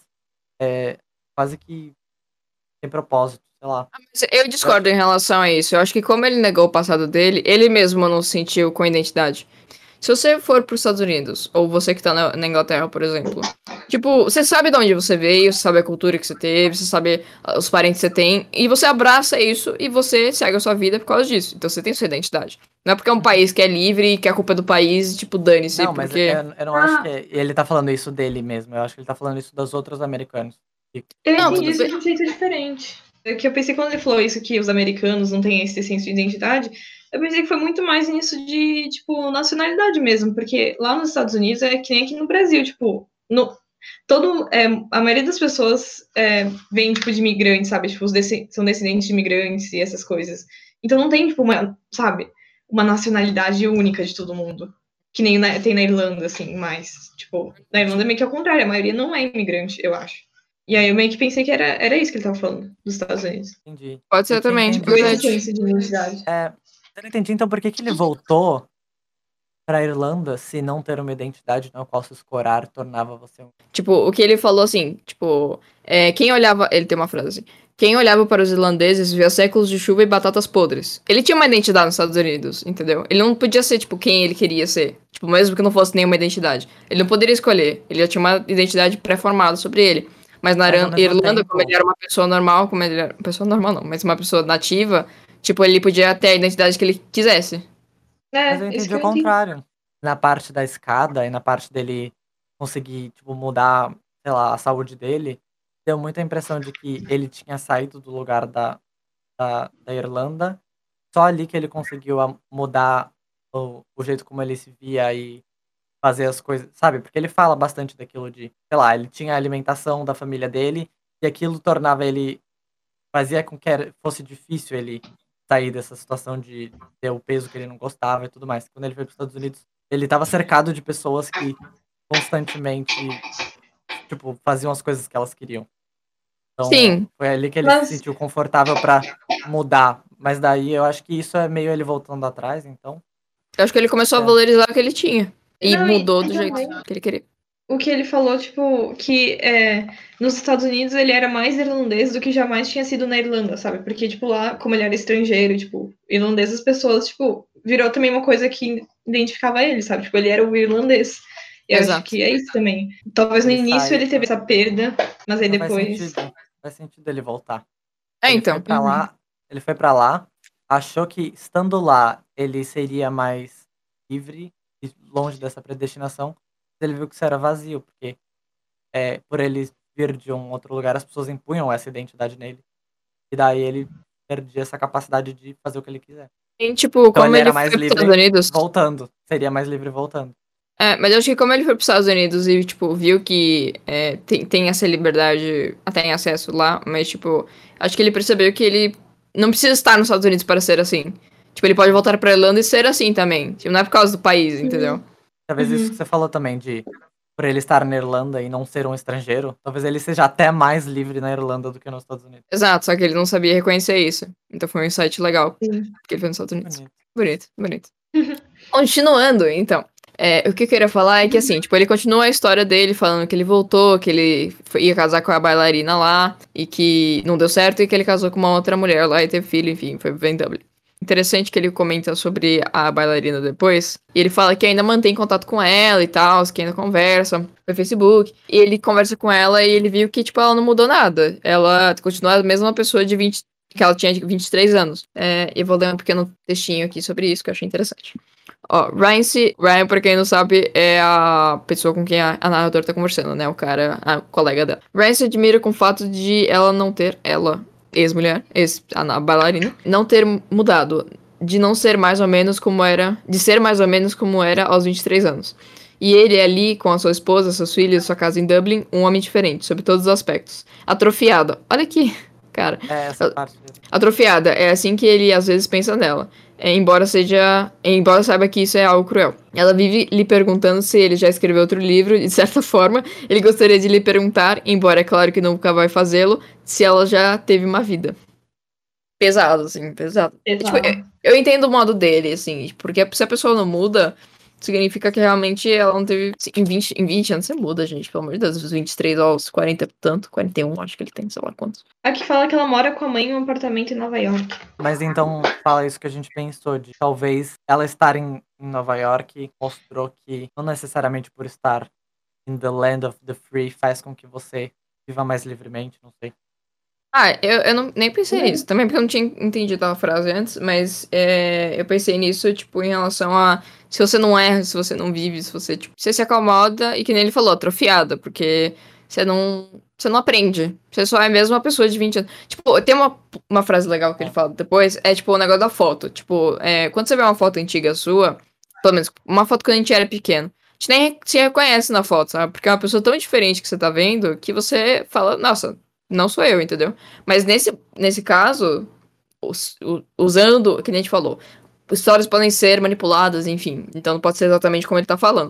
é, quase que sem propósito, sei lá. Mas eu discordo em relação a isso. Eu acho que como ele negou o passado dele, ele mesmo não se sentiu com identidade. Se você for para os Estados Unidos, ou você que tá na, na Inglaterra, por exemplo, tipo, você sabe de onde você veio, você sabe a cultura que você teve, você sabe ah, os parentes que você tem, e você abraça isso e você segue a sua vida por causa disso. Então você tem sua identidade. Não é porque é um país que é livre e que a culpa é do país, tipo, dane-se, Não, mas porque... eu, eu não acho que ele tá falando isso dele mesmo. Eu acho que ele tá falando isso dos outros americanos. E- Eu Não, entendi tudo isso bem. de um jeito diferente. É que eu pensei quando ele falou isso, que os americanos não têm esse senso de identidade, eu pensei que foi muito mais nisso de, tipo, nacionalidade mesmo, porque lá nos Estados Unidos é que nem aqui no Brasil, tipo, no, todo, é, a maioria das pessoas é, vem, tipo, de imigrantes, sabe? Tipo, os descend- são descendentes de imigrantes e essas coisas. Então não tem, tipo, uma, sabe, uma nacionalidade única de todo mundo. Que nem na- tem na Irlanda, assim, mas, tipo, na Irlanda é meio que ao contrário, a maioria não é imigrante, eu acho. E aí eu meio que pensei que era, era isso que ele tava falando, dos Estados Unidos. Entendi. Pode ser Eu tinha também. Tipo, entendido. esse senso de identidade. É, eu não entendi então por que, que ele voltou pra Irlanda se não ter uma identidade na qual se escorar tornava você um. Tipo, o que ele falou assim, tipo, é, quem olhava. Ele tem uma frase assim. Quem olhava para os irlandeses via séculos de chuva e batatas podres. Ele tinha uma identidade nos Estados Unidos, entendeu? Ele não podia ser, tipo, quem ele queria ser. Tipo, mesmo que não fosse nenhuma identidade. Ele não poderia escolher. Ele já tinha uma identidade pré-formada sobre ele. Mas na Mas ao Iran- mesmo Irlanda, como tempo. ele era uma pessoa normal, como ele era. Pessoa normal não, mas uma pessoa nativa, tipo, ele podia ter a identidade que ele quisesse. Mas eu É, isso entendi que o eu entendi. contrário. Na parte da escada e na parte dele conseguir, tipo, mudar, sei lá, a saúde dele, deu muita impressão de que ele tinha saído do lugar da, da, da Irlanda. Só ali que ele conseguiu a- mudar o, o jeito como ele se via e fazer as coisas, sabe? Porque ele fala bastante daquilo de, sei lá, ele tinha a alimentação da família dele e aquilo tornava ele, fazia com que era- fosse difícil ele sair dessa situação de ter o peso que ele não gostava e tudo mais. Quando ele foi para os Estados Unidos, ele estava cercado de pessoas que constantemente, tipo, faziam as coisas que elas queriam. Então, Sim, foi ali que ele se Mas, sentiu confortável para mudar. Mas daí eu acho que isso é meio ele voltando atrás, então. eu acho que ele começou a É. valorizar o que ele tinha. E não, e, mudou e do jeito também que ele queria. o que ele falou, tipo, que é, nos Estados Unidos ele era mais irlandês do que jamais tinha sido na Irlanda, sabe? Porque, tipo, lá, como ele era estrangeiro, tipo, irlandês, as pessoas, tipo, virou também uma coisa que identificava ele, sabe? Tipo, ele era o irlandês. Eu acho Exato. que é isso também. Talvez no Ele início sai. ele teve essa perda, mas aí Não faz depois. sentido. Faz sentido ele voltar. É, Ele foi então. pra lá, ele foi para lá, achou que estando lá ele seria mais livre e longe dessa predestinação. Mas ele viu que isso era vazio, porque é, por ele vir de um outro lugar, as pessoas impunham essa identidade nele. E daí ele perdia essa capacidade de fazer o que ele quiser. E, tipo, Então como ele ele era foi mais pros Estados livre Unidos. voltando. Seria mais livre voltando. É, mas eu acho que como ele foi pros Estados Unidos e, tipo, viu que é, tem, tem essa liberdade até em acesso lá, mas, tipo, acho que ele percebeu que ele não precisa estar nos Estados Unidos para ser assim. Tipo, ele pode voltar pra Irlanda e ser assim também. Tipo, não é por causa do país, entendeu? Talvez isso Uhum. que você falou também, de por ele estar na Irlanda e não ser um estrangeiro, talvez ele seja até mais livre na Irlanda do que nos Estados Unidos. Exato, só que ele não sabia reconhecer isso. Então foi um insight legal, Sim. porque ele foi nos Estados Unidos. Bonito. Bonito, bonito. Continuando, então. É, o que eu queria falar é que, assim, tipo, ele continua a história dele falando que ele voltou, que ele foi- ia casar com a bailarina lá, e que não deu certo, e que ele casou com uma outra mulher lá e teve filho, enfim, foi bem W. Interessante que ele comenta sobre a bailarina depois, e ele fala que ainda mantém contato com ela e tal, que ainda conversa no Facebook, e ele conversa com ela e ele viu que, tipo, ela não mudou nada. Ela continua a mesma pessoa de vinte, que ela tinha de vinte e três anos. É, eu vou ler um pequeno textinho aqui sobre isso, que eu achei interessante. Ó, Ryan, se, Ryan, pra quem não sabe, é a pessoa com quem a, a narradora tá conversando, né? O cara, a colega dela. Ryan se admira com o fato de ela não ter, ela, ex-mulher, ex, a, a bailarina, não ter mudado. De não ser mais ou menos como era, de ser mais ou menos como era aos vinte e três anos. E ele ali, com a sua esposa, seus filhos, sua casa em Dublin, um homem diferente, sob todos os aspectos. Atrofiado. Olha aqui, cara. É essa parte. Atrofiada, é assim que ele às vezes pensa nela. É, embora seja. Embora saiba que isso é algo cruel. Ela vive lhe perguntando se ele já escreveu outro livro, e de certa forma, ele gostaria de lhe perguntar, embora é claro que nunca vai fazê-lo, se ela já teve uma vida. Pesado, assim, pesado. Exato. Tipo, eu, eu entendo o modo dele, assim, porque se a pessoa não muda, significa que realmente ela não teve. Em vinte, em vinte anos você muda, gente, pelo amor de Deus. Dos vinte e três aos quarenta e tanto, quarenta e um, acho que ele tem, sei lá quantos. Aqui fala que ela mora com a mãe em um apartamento em Nova York. Mas então, fala isso que a gente pensou, de talvez ela estar em, em Nova York mostrou que não necessariamente por estar in the land of the free faz com que você viva mais livremente, não sei. Ah, eu, eu não, nem pensei Uhum. nisso. Também porque eu não tinha entendido a frase antes, mas é, eu pensei nisso, tipo, em relação a se você não erra, se você não vive, se você, tipo, você se acomoda e que nem ele falou, atrofiada, porque você não, você não aprende. Você só é mesmo uma pessoa de vinte anos. Tipo, tem uma, uma frase legal que ele fala depois, é tipo o negócio da foto. Tipo, é, quando você vê uma foto antiga sua, pelo menos uma foto quando a gente era pequeno, a gente nem se reconhece na foto, sabe? Porque é uma pessoa tão diferente que você tá vendo que você fala, nossa, não sou eu, entendeu? Mas nesse, nesse caso, us- u- usando, que nem a gente falou, histórias podem ser manipuladas, enfim. Então não pode ser exatamente como ele tá falando.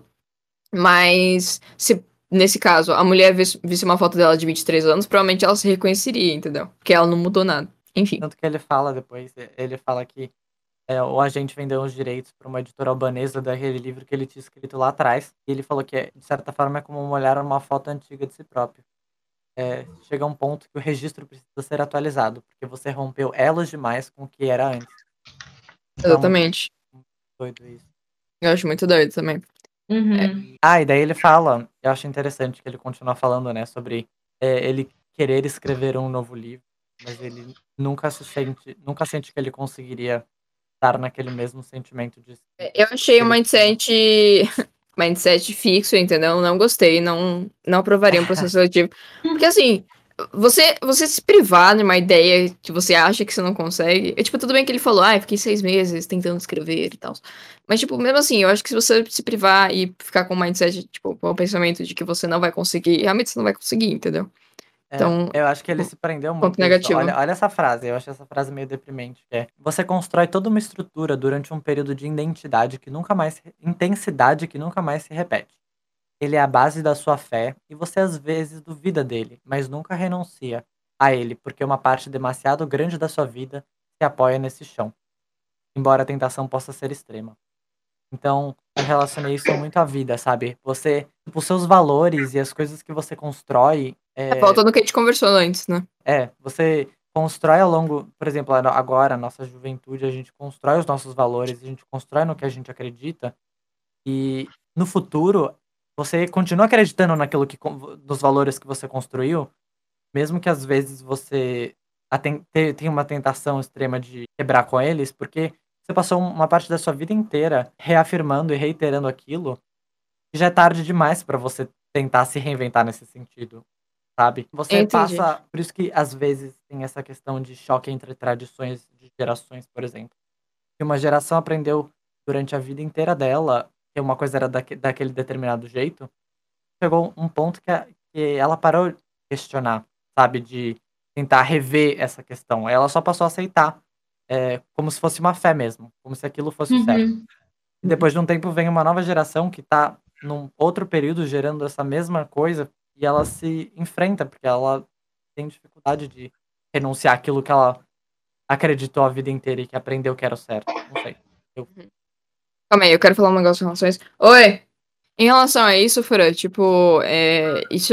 Mas se, nesse caso, a mulher visse, visse uma foto dela de vinte e três anos, provavelmente ela se reconheceria, entendeu? Porque ela não mudou nada. Enfim. Tanto que ele fala depois, ele fala que é, o agente vendeu os direitos para uma editora albanesa daquele livro que ele tinha escrito lá atrás. E ele falou que, de certa forma, é como olhar uma foto antiga de si próprio. É, chega a um ponto que o registro precisa ser atualizado, porque você rompeu elos demais com o que era antes. Então, Exatamente. é muito doido isso. Eu acho muito doido também. Uhum. Ah, e daí ele fala, eu acho interessante que ele continua falando, né, sobre é, ele querer escrever um novo livro, mas ele nunca se sente, nunca sente que ele conseguiria estar naquele mesmo sentimento de Eu achei o ele- mindset. Mindset fixo, entendeu? Não gostei, não, não aprovaria um processo seletivo. Porque assim, você, você se privar de uma ideia que você acha que você não consegue. É tipo, tudo bem que ele falou, ah, fiquei seis meses tentando escrever e tal. Mas, tipo, mesmo assim, eu acho que se você se privar e ficar com o mindset, tipo, com o pensamento de que você não vai conseguir, realmente você não vai conseguir, entendeu? É, Então, eu acho que ele se prendeu muito ponto a isso. negativo. Olha, olha essa frase, eu acho essa frase meio deprimente. Que é, você constrói toda uma estrutura durante um período de identidade que nunca mais, intensidade que nunca mais se repete. Ele é a base da sua fé e você às vezes duvida dele, mas nunca renuncia a ele, porque uma parte demasiado grande da sua vida se apoia nesse chão, embora a tentação possa ser extrema. Então, eu relacionei isso muito à vida, sabe? Você, tipo, os seus valores e as coisas que você constrói, É é, falta do que a gente conversou antes, né? é, você constrói ao longo, por exemplo, agora, a nossa juventude, a gente constrói os nossos valores, a gente constrói no que a gente acredita, e no futuro, você continua acreditando naquilo que, con- nos valores que você construiu, mesmo que às vezes você aten- te- tenha uma tentação extrema de quebrar com eles, porque você passou uma parte da sua vida inteira reafirmando e reiterando aquilo, e já é tarde demais para você tentar se reinventar nesse sentido, sabe? Você Entendi. passa. Por isso que às vezes tem essa questão de choque entre tradições de gerações, por exemplo. Que uma geração aprendeu durante a vida inteira dela que uma coisa era daque- daquele determinado jeito, chegou um ponto que, a- que ela parou de questionar, sabe? De tentar rever essa questão. Ela só passou a aceitar, é, como se fosse uma fé mesmo, como se aquilo fosse o certo. Uhum. E depois de um tempo vem uma nova geração que tá num outro período gerando essa mesma coisa e ela se enfrenta, porque ela tem dificuldade de renunciar àquilo que ela acreditou a vida inteira e que aprendeu que era o certo. Não sei. Calma aí, eu quero falar um negócio em relação a isso. Oi! Em relação a isso, Fran, tipo, é, isso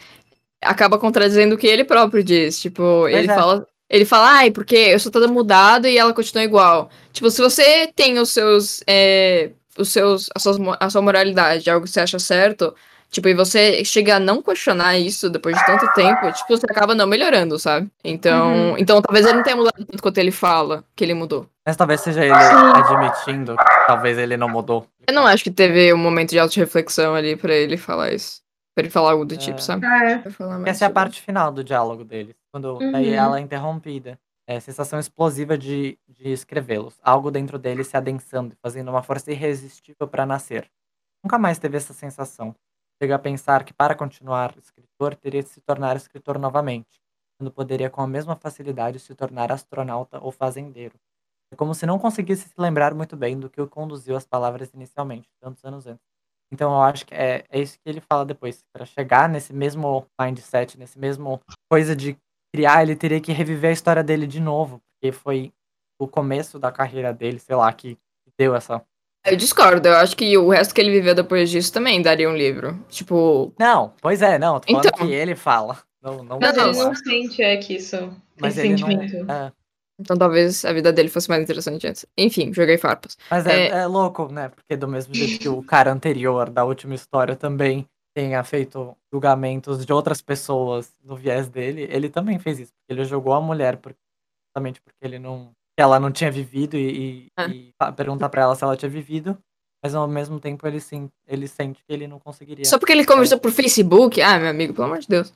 acaba contradizendo o que ele próprio diz. Tipo, ele é. fala. Ele fala, ai, porque eu sou toda mudada e ela continua igual. Tipo, se você tem os seus. é, os seus a, suas mo- a sua moralidade, algo que você acha certo, tipo, e você chega a não questionar isso depois de tanto tempo, tipo, você acaba não melhorando, sabe? Então, Uhum. então talvez ele não tenha mudado tanto quanto ele fala que ele mudou. Mas talvez seja ele admitindo que talvez ele não mudou. Eu não acho que teve um momento de auto-reflexão ali pra ele falar isso. Pra ele falar algo do tipo, É. sabe? Ah, é. Vou falar mais Essa é a sobre- parte final do diálogo deles. Quando Uhum. daí ela é interrompida. É a sensação explosiva de, de escrevê-los. Algo dentro dele se adensando, fazendo uma força irresistível para nascer. Nunca mais teve essa sensação. Chega a pensar que para continuar escritor teria de se tornar escritor novamente, quando poderia com a mesma facilidade se tornar astronauta ou fazendeiro. É como se não conseguisse se lembrar muito bem do que o conduziu às palavras inicialmente, tantos anos antes. Então eu acho que é, é isso que ele fala depois. Para chegar nesse mesmo mindset, nesse mesmo coisa de criar, ele teria que reviver a história dele de novo, porque foi o começo da carreira dele, sei lá, que deu essa. Eu discordo, eu acho que o resto que ele viveu depois disso também daria um livro. Tipo. Não, pois é, não, tô falando Então. que ele fala. Não, não, Mas Não, ele não fala. sente, é que isso. Mas esse ele não. sentimento. É. Então talvez a vida dele fosse mais interessante antes. Enfim, joguei farpas. Mas é, É, é louco, né? Porque do mesmo jeito que o cara anterior da última história também tenha feito julgamentos de outras pessoas no viés dele, ele também fez isso. Porque ele jogou a mulher por- justamente porque ele não, que ela não tinha vivido e, e, É. e fa- perguntar pra ela se ela tinha vivido, mas ao mesmo tempo ele, sim, ele sente que ele não conseguiria. Só porque ele conversou por Facebook. Ah, meu amigo, pelo amor de Deus.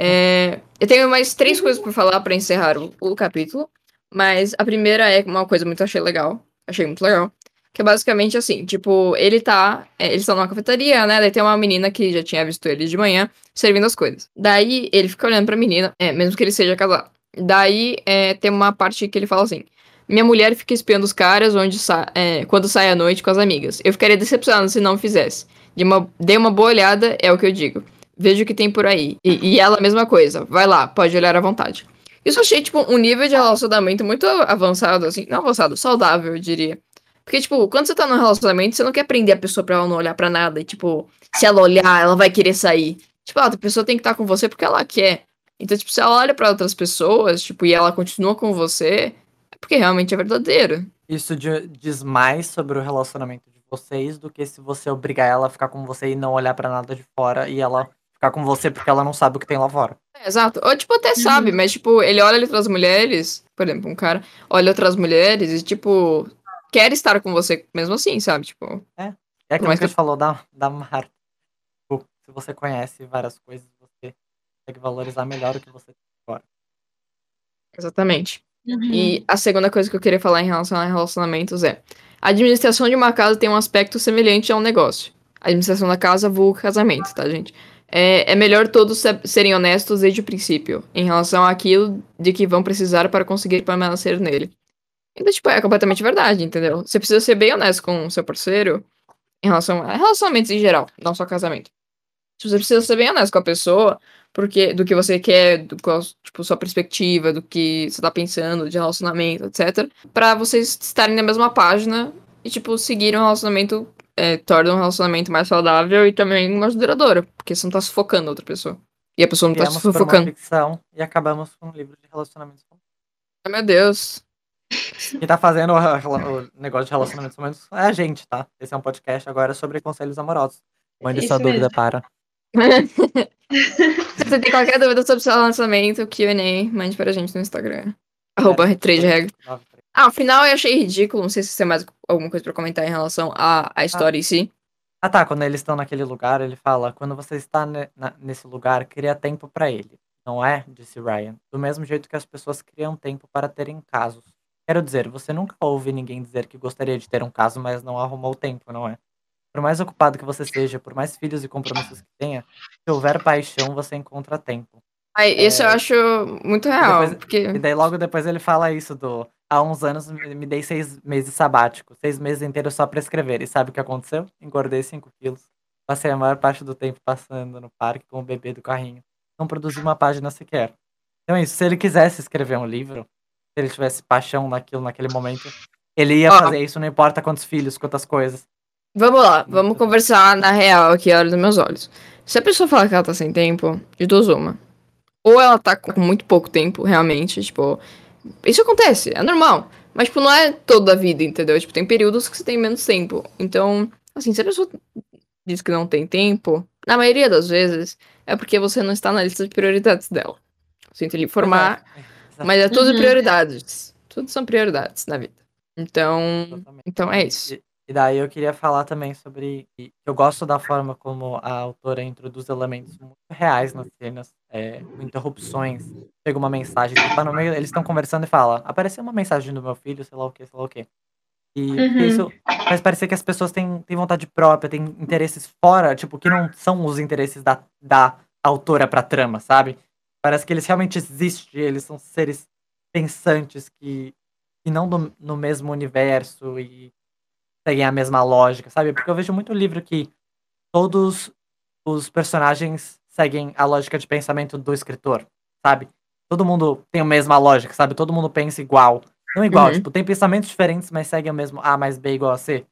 É, eu tenho mais três coisas pra falar pra encerrar o, o capítulo. Mas a primeira é uma coisa muito achei legal. Achei muito legal. Que é basicamente assim, tipo, ele tá. é, eles estão numa cafeteria, né? Daí tem uma menina que já tinha visto ele de manhã servindo as coisas. Daí ele fica olhando pra menina, é, mesmo que ele seja casado. Daí é, tem uma parte que ele fala assim: minha mulher fica espiando os caras onde sa é, quando sai à noite com as amigas. Eu ficaria decepcionado se não fizesse. De uma, dê uma boa olhada, é o que eu digo. Veja o que tem por aí. E, e ela, a mesma coisa. Vai lá, pode olhar à vontade. Isso eu achei, tipo, um nível de relacionamento muito avançado, assim. Não avançado, saudável, eu diria. Porque, tipo, quando você tá num relacionamento, você não quer prender a pessoa pra ela não olhar pra nada. E, tipo, se ela olhar, ela vai querer sair. Tipo, a outra pessoa tem que estar com você porque ela quer. Então, tipo, se ela olha pra outras pessoas, tipo, e ela continua com você, é porque realmente é verdadeiro. Isso di- diz mais sobre o relacionamento de vocês do que se você obrigar ela a ficar com você e não olhar pra nada de fora e ela ficar com você porque ela não sabe o que tem lá fora. É, exato. Ou, tipo, até sabe, Uhum. mas, tipo, ele olha outras mulheres, por exemplo, um cara olha outras mulheres e, tipo, quer estar com você mesmo assim, sabe? Tipo, É por aquilo mais que a que gente falou da, da Marta. Tipo, se você conhece várias coisas, você consegue valorizar melhor o que você tem agora. Exatamente. Uhum. E a segunda coisa que eu queria falar em relação a relacionamentos é: a administração de uma casa tem um aspecto semelhante a um negócio. A administração da casa vulga casamento, tá, gente? É, é melhor todos se- serem honestos desde o princípio, em relação àquilo de que vão precisar para conseguir permanecer nele. Então, tipo, é completamente verdade, entendeu? Você precisa ser bem honesto com o seu parceiro em relação a relacionamentos em geral, não só casamento. Você precisa ser bem honesto com a pessoa, porque do que você quer, do qual, tipo, sua perspectiva, do que você tá pensando de relacionamento, etcétera. Pra vocês estarem na mesma página e, tipo, seguir um relacionamento, é, torna um relacionamento mais saudável e também mais duradouro, porque você não tá sufocando a outra pessoa. E a pessoa não tá Criamos por uma sufocando. ficção e acabamos com um livro de relacionamentos. Ai, meu Deus. Quem tá fazendo o, rela- o negócio de relacionamentos humanos é a gente, tá? Esse é um podcast agora sobre conselhos amorosos. Mande sua Isso dúvida mesmo. para. Se você tem qualquer dúvida sobre o seu relacionamento, Q and A, mande pra gente no Instagram. Arroba três de regra. Ah, o final eu achei ridículo. Não sei se você tem mais alguma coisa pra comentar em relação à, à história em si. Ah tá, quando eles estão naquele lugar, ele fala: quando você está ne- na- nesse lugar, cria tempo pra ele. Não é? Disse Ryan. Do mesmo jeito que as pessoas criam tempo para terem casos. Quero dizer, você nunca ouve ninguém dizer que gostaria de ter um caso, mas não arrumou tempo, não é? Por mais ocupado que você seja, por mais filhos e compromissos que tenha, se houver paixão, você encontra tempo. Aí, esse eu É, acho muito e, real, depois, porque... e daí logo depois ele fala isso do... Há uns anos me me dei seis meses sabático. Seis meses inteiros só pra escrever. E sabe o que aconteceu? Engordei cinco quilos. Passei a maior parte do tempo passando no parque com o bebê do carrinho. Não produzi uma página sequer. Então é isso. Se ele quisesse escrever um livro, se ele tivesse paixão naquilo, naquele momento, ele ia Ó, fazer isso, não importa quantos filhos, quantas coisas. vamos lá, vamos Muito bom. conversar na real aqui, a olhos dos meus olhos. Se a pessoa fala que ela tá sem tempo, de duas uma. Ou ela tá com muito pouco tempo, realmente, tipo... Isso acontece, é normal. Mas, tipo, não é toda a vida, entendeu? Tipo, tem períodos que você tem menos tempo. Então, assim, se a pessoa diz que não tem tempo, na maioria das vezes, é porque você não está na lista de prioridades dela. Sinto lhe Pois é. informar, Exato, mas é tudo Uhum. prioridades. Tudo são prioridades na vida. Então, exatamente. então é isso. E, e daí eu queria falar também sobre. e Eu gosto da forma como a autora introduz elementos muito reais nas cenas, é, com interrupções. Chega uma mensagem, tu tá no meio, eles estão conversando e fala: apareceu uma mensagem do meu filho, sei lá o que, sei lá o que. E porque Uhum. isso faz parecer que as pessoas têm, têm vontade própria, têm interesses fora, tipo, que não são os interesses da, da autora pra trama, sabe? Parece que eles realmente existem, eles são seres pensantes que, que não do, no mesmo universo e seguem a mesma lógica, sabe? Porque eu vejo muito livro que todos os personagens seguem a lógica de pensamento do escritor, sabe? Todo mundo tem a mesma lógica, sabe? Todo mundo pensa igual. Não igual, Uhum. tipo, tem pensamentos diferentes, mas seguem o mesmo A mais B igual a C.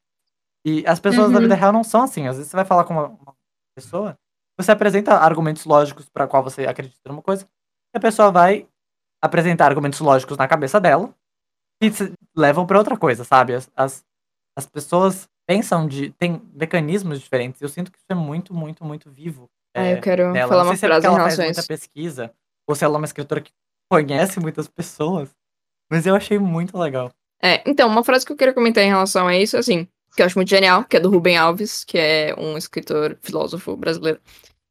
E as pessoas da vida Uhum. real não são assim. Às vezes você vai falar com uma, uma pessoa, você apresenta argumentos lógicos para qual você acredita numa coisa, e a pessoa vai apresentar argumentos lógicos na cabeça dela e se- levam para outra coisa, sabe? As, as, as pessoas pensam de. Tem mecanismos diferentes. Eu sinto que isso é muito, muito, muito vivo Ah, eu é, quero nela. falar Não uma sei se é porque frase em ela faz relação a muita isso. pesquisa, ou se ela é uma escritora que conhece muitas pessoas, mas eu achei muito legal. É, então, uma frase que eu quero comentar em relação a isso, assim, que eu acho muito genial, que é do Rubem Alves, que é um escritor, filósofo brasileiro.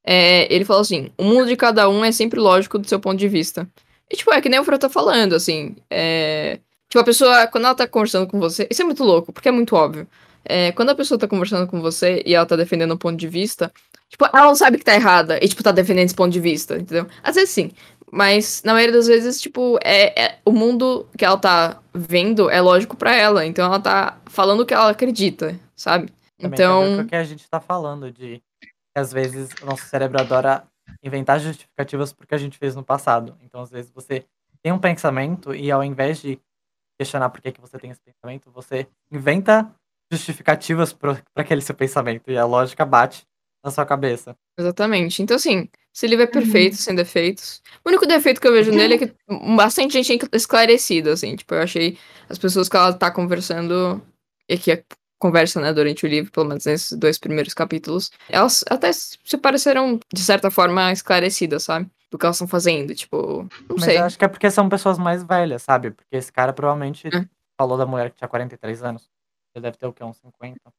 É, ele falou assim: o mundo de cada um é sempre lógico do seu ponto de vista. E, tipo, é que nem o Fran tá falando, assim. É, tipo, a pessoa, quando ela tá conversando com você. Isso é muito louco, porque é muito óbvio. É, quando a pessoa tá conversando com você e ela tá defendendo um ponto de vista, tipo, ela não sabe que tá errada e, tipo, tá defendendo esse ponto de vista, entendeu? Às vezes sim. Mas, na maioria das vezes, tipo, é, é- o mundo que ela tá vendo é lógico pra ela. Então ela tá falando o que ela acredita, sabe? Também tem a ver com o Então. que a gente tá falando, de que às vezes o nosso cérebro adora inventar justificativas porque a gente fez no passado. Então, às vezes, você tem um pensamento e ao invés de questionar por que, que você tem esse pensamento, você inventa justificativas para aquele seu pensamento. E a lógica bate na sua cabeça. Exatamente. Então, assim, esse livro é perfeito, Uhum. sem defeitos. O único defeito que eu vejo nele é que bastante gente é esclarecida, assim. Tipo, eu achei as pessoas que ela tá conversando, e que conversa, né, durante o livro, pelo menos nesses dois primeiros capítulos, elas até se pareceram, de certa forma, esclarecidas, sabe? Do que elas estão fazendo, tipo, não Mas eu sei. acho que é porque são pessoas mais velhas, sabe? Porque esse cara provavelmente É, falou da mulher que tinha quarenta e três anos. Ele deve ter o quê? Uns cinquenta.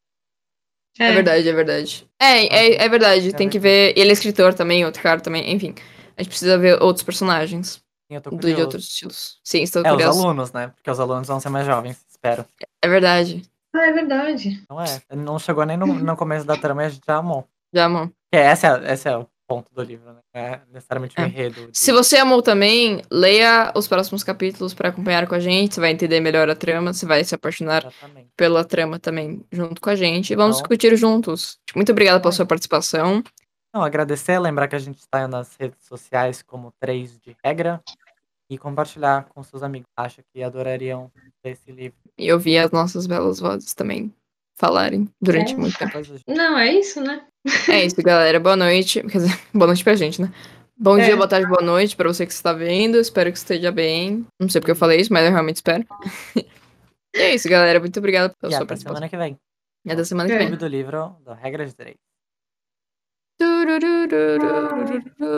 é É. verdade, é verdade. É, Então, é, assim, é verdade, tem a tem ver que com isso. ver. Ele é escritor também, outro cara também, enfim. A gente precisa ver outros personagens Sim, eu tô de de curioso. outros estilos. Sim, estou É, os curioso. alunos, né? Porque os alunos vão ser mais jovens, espero. É verdade. Ah, é verdade. Não é. Não chegou nem no, no começo da trama e a gente já amou. Já amou. Que é, esse, é, esse é o ponto do livro, né? Não é necessariamente o É. enredo Se de. você amou também, leia os próximos capítulos pra acompanhar com a gente. Você vai entender melhor a trama, você vai se apaixonar Exatamente. pela trama também junto com a gente. E vamos Então, discutir juntos. Muito obrigada então pela é sua isso. participação. Não, agradecer, lembrar que a gente está nas redes sociais como três de regra e compartilhar com seus amigos. Acho que adorariam ler esse livro. E ouvir as nossas belas vozes também falarem durante É. muito tempo. Depois a gente... Não, é isso, né? É isso, galera. Boa noite. Quer dizer, boa noite pra gente, né? Bom dia, É. boa tarde, boa noite pra você que está vendo. Espero que esteja bem. Não sei porque eu falei isso, mas eu realmente espero. E é isso, galera. Muito obrigada pela E sua até participação. semana que vem. E até semana que É. vem. Clube do Livro da Regra de Três. Tururururururu.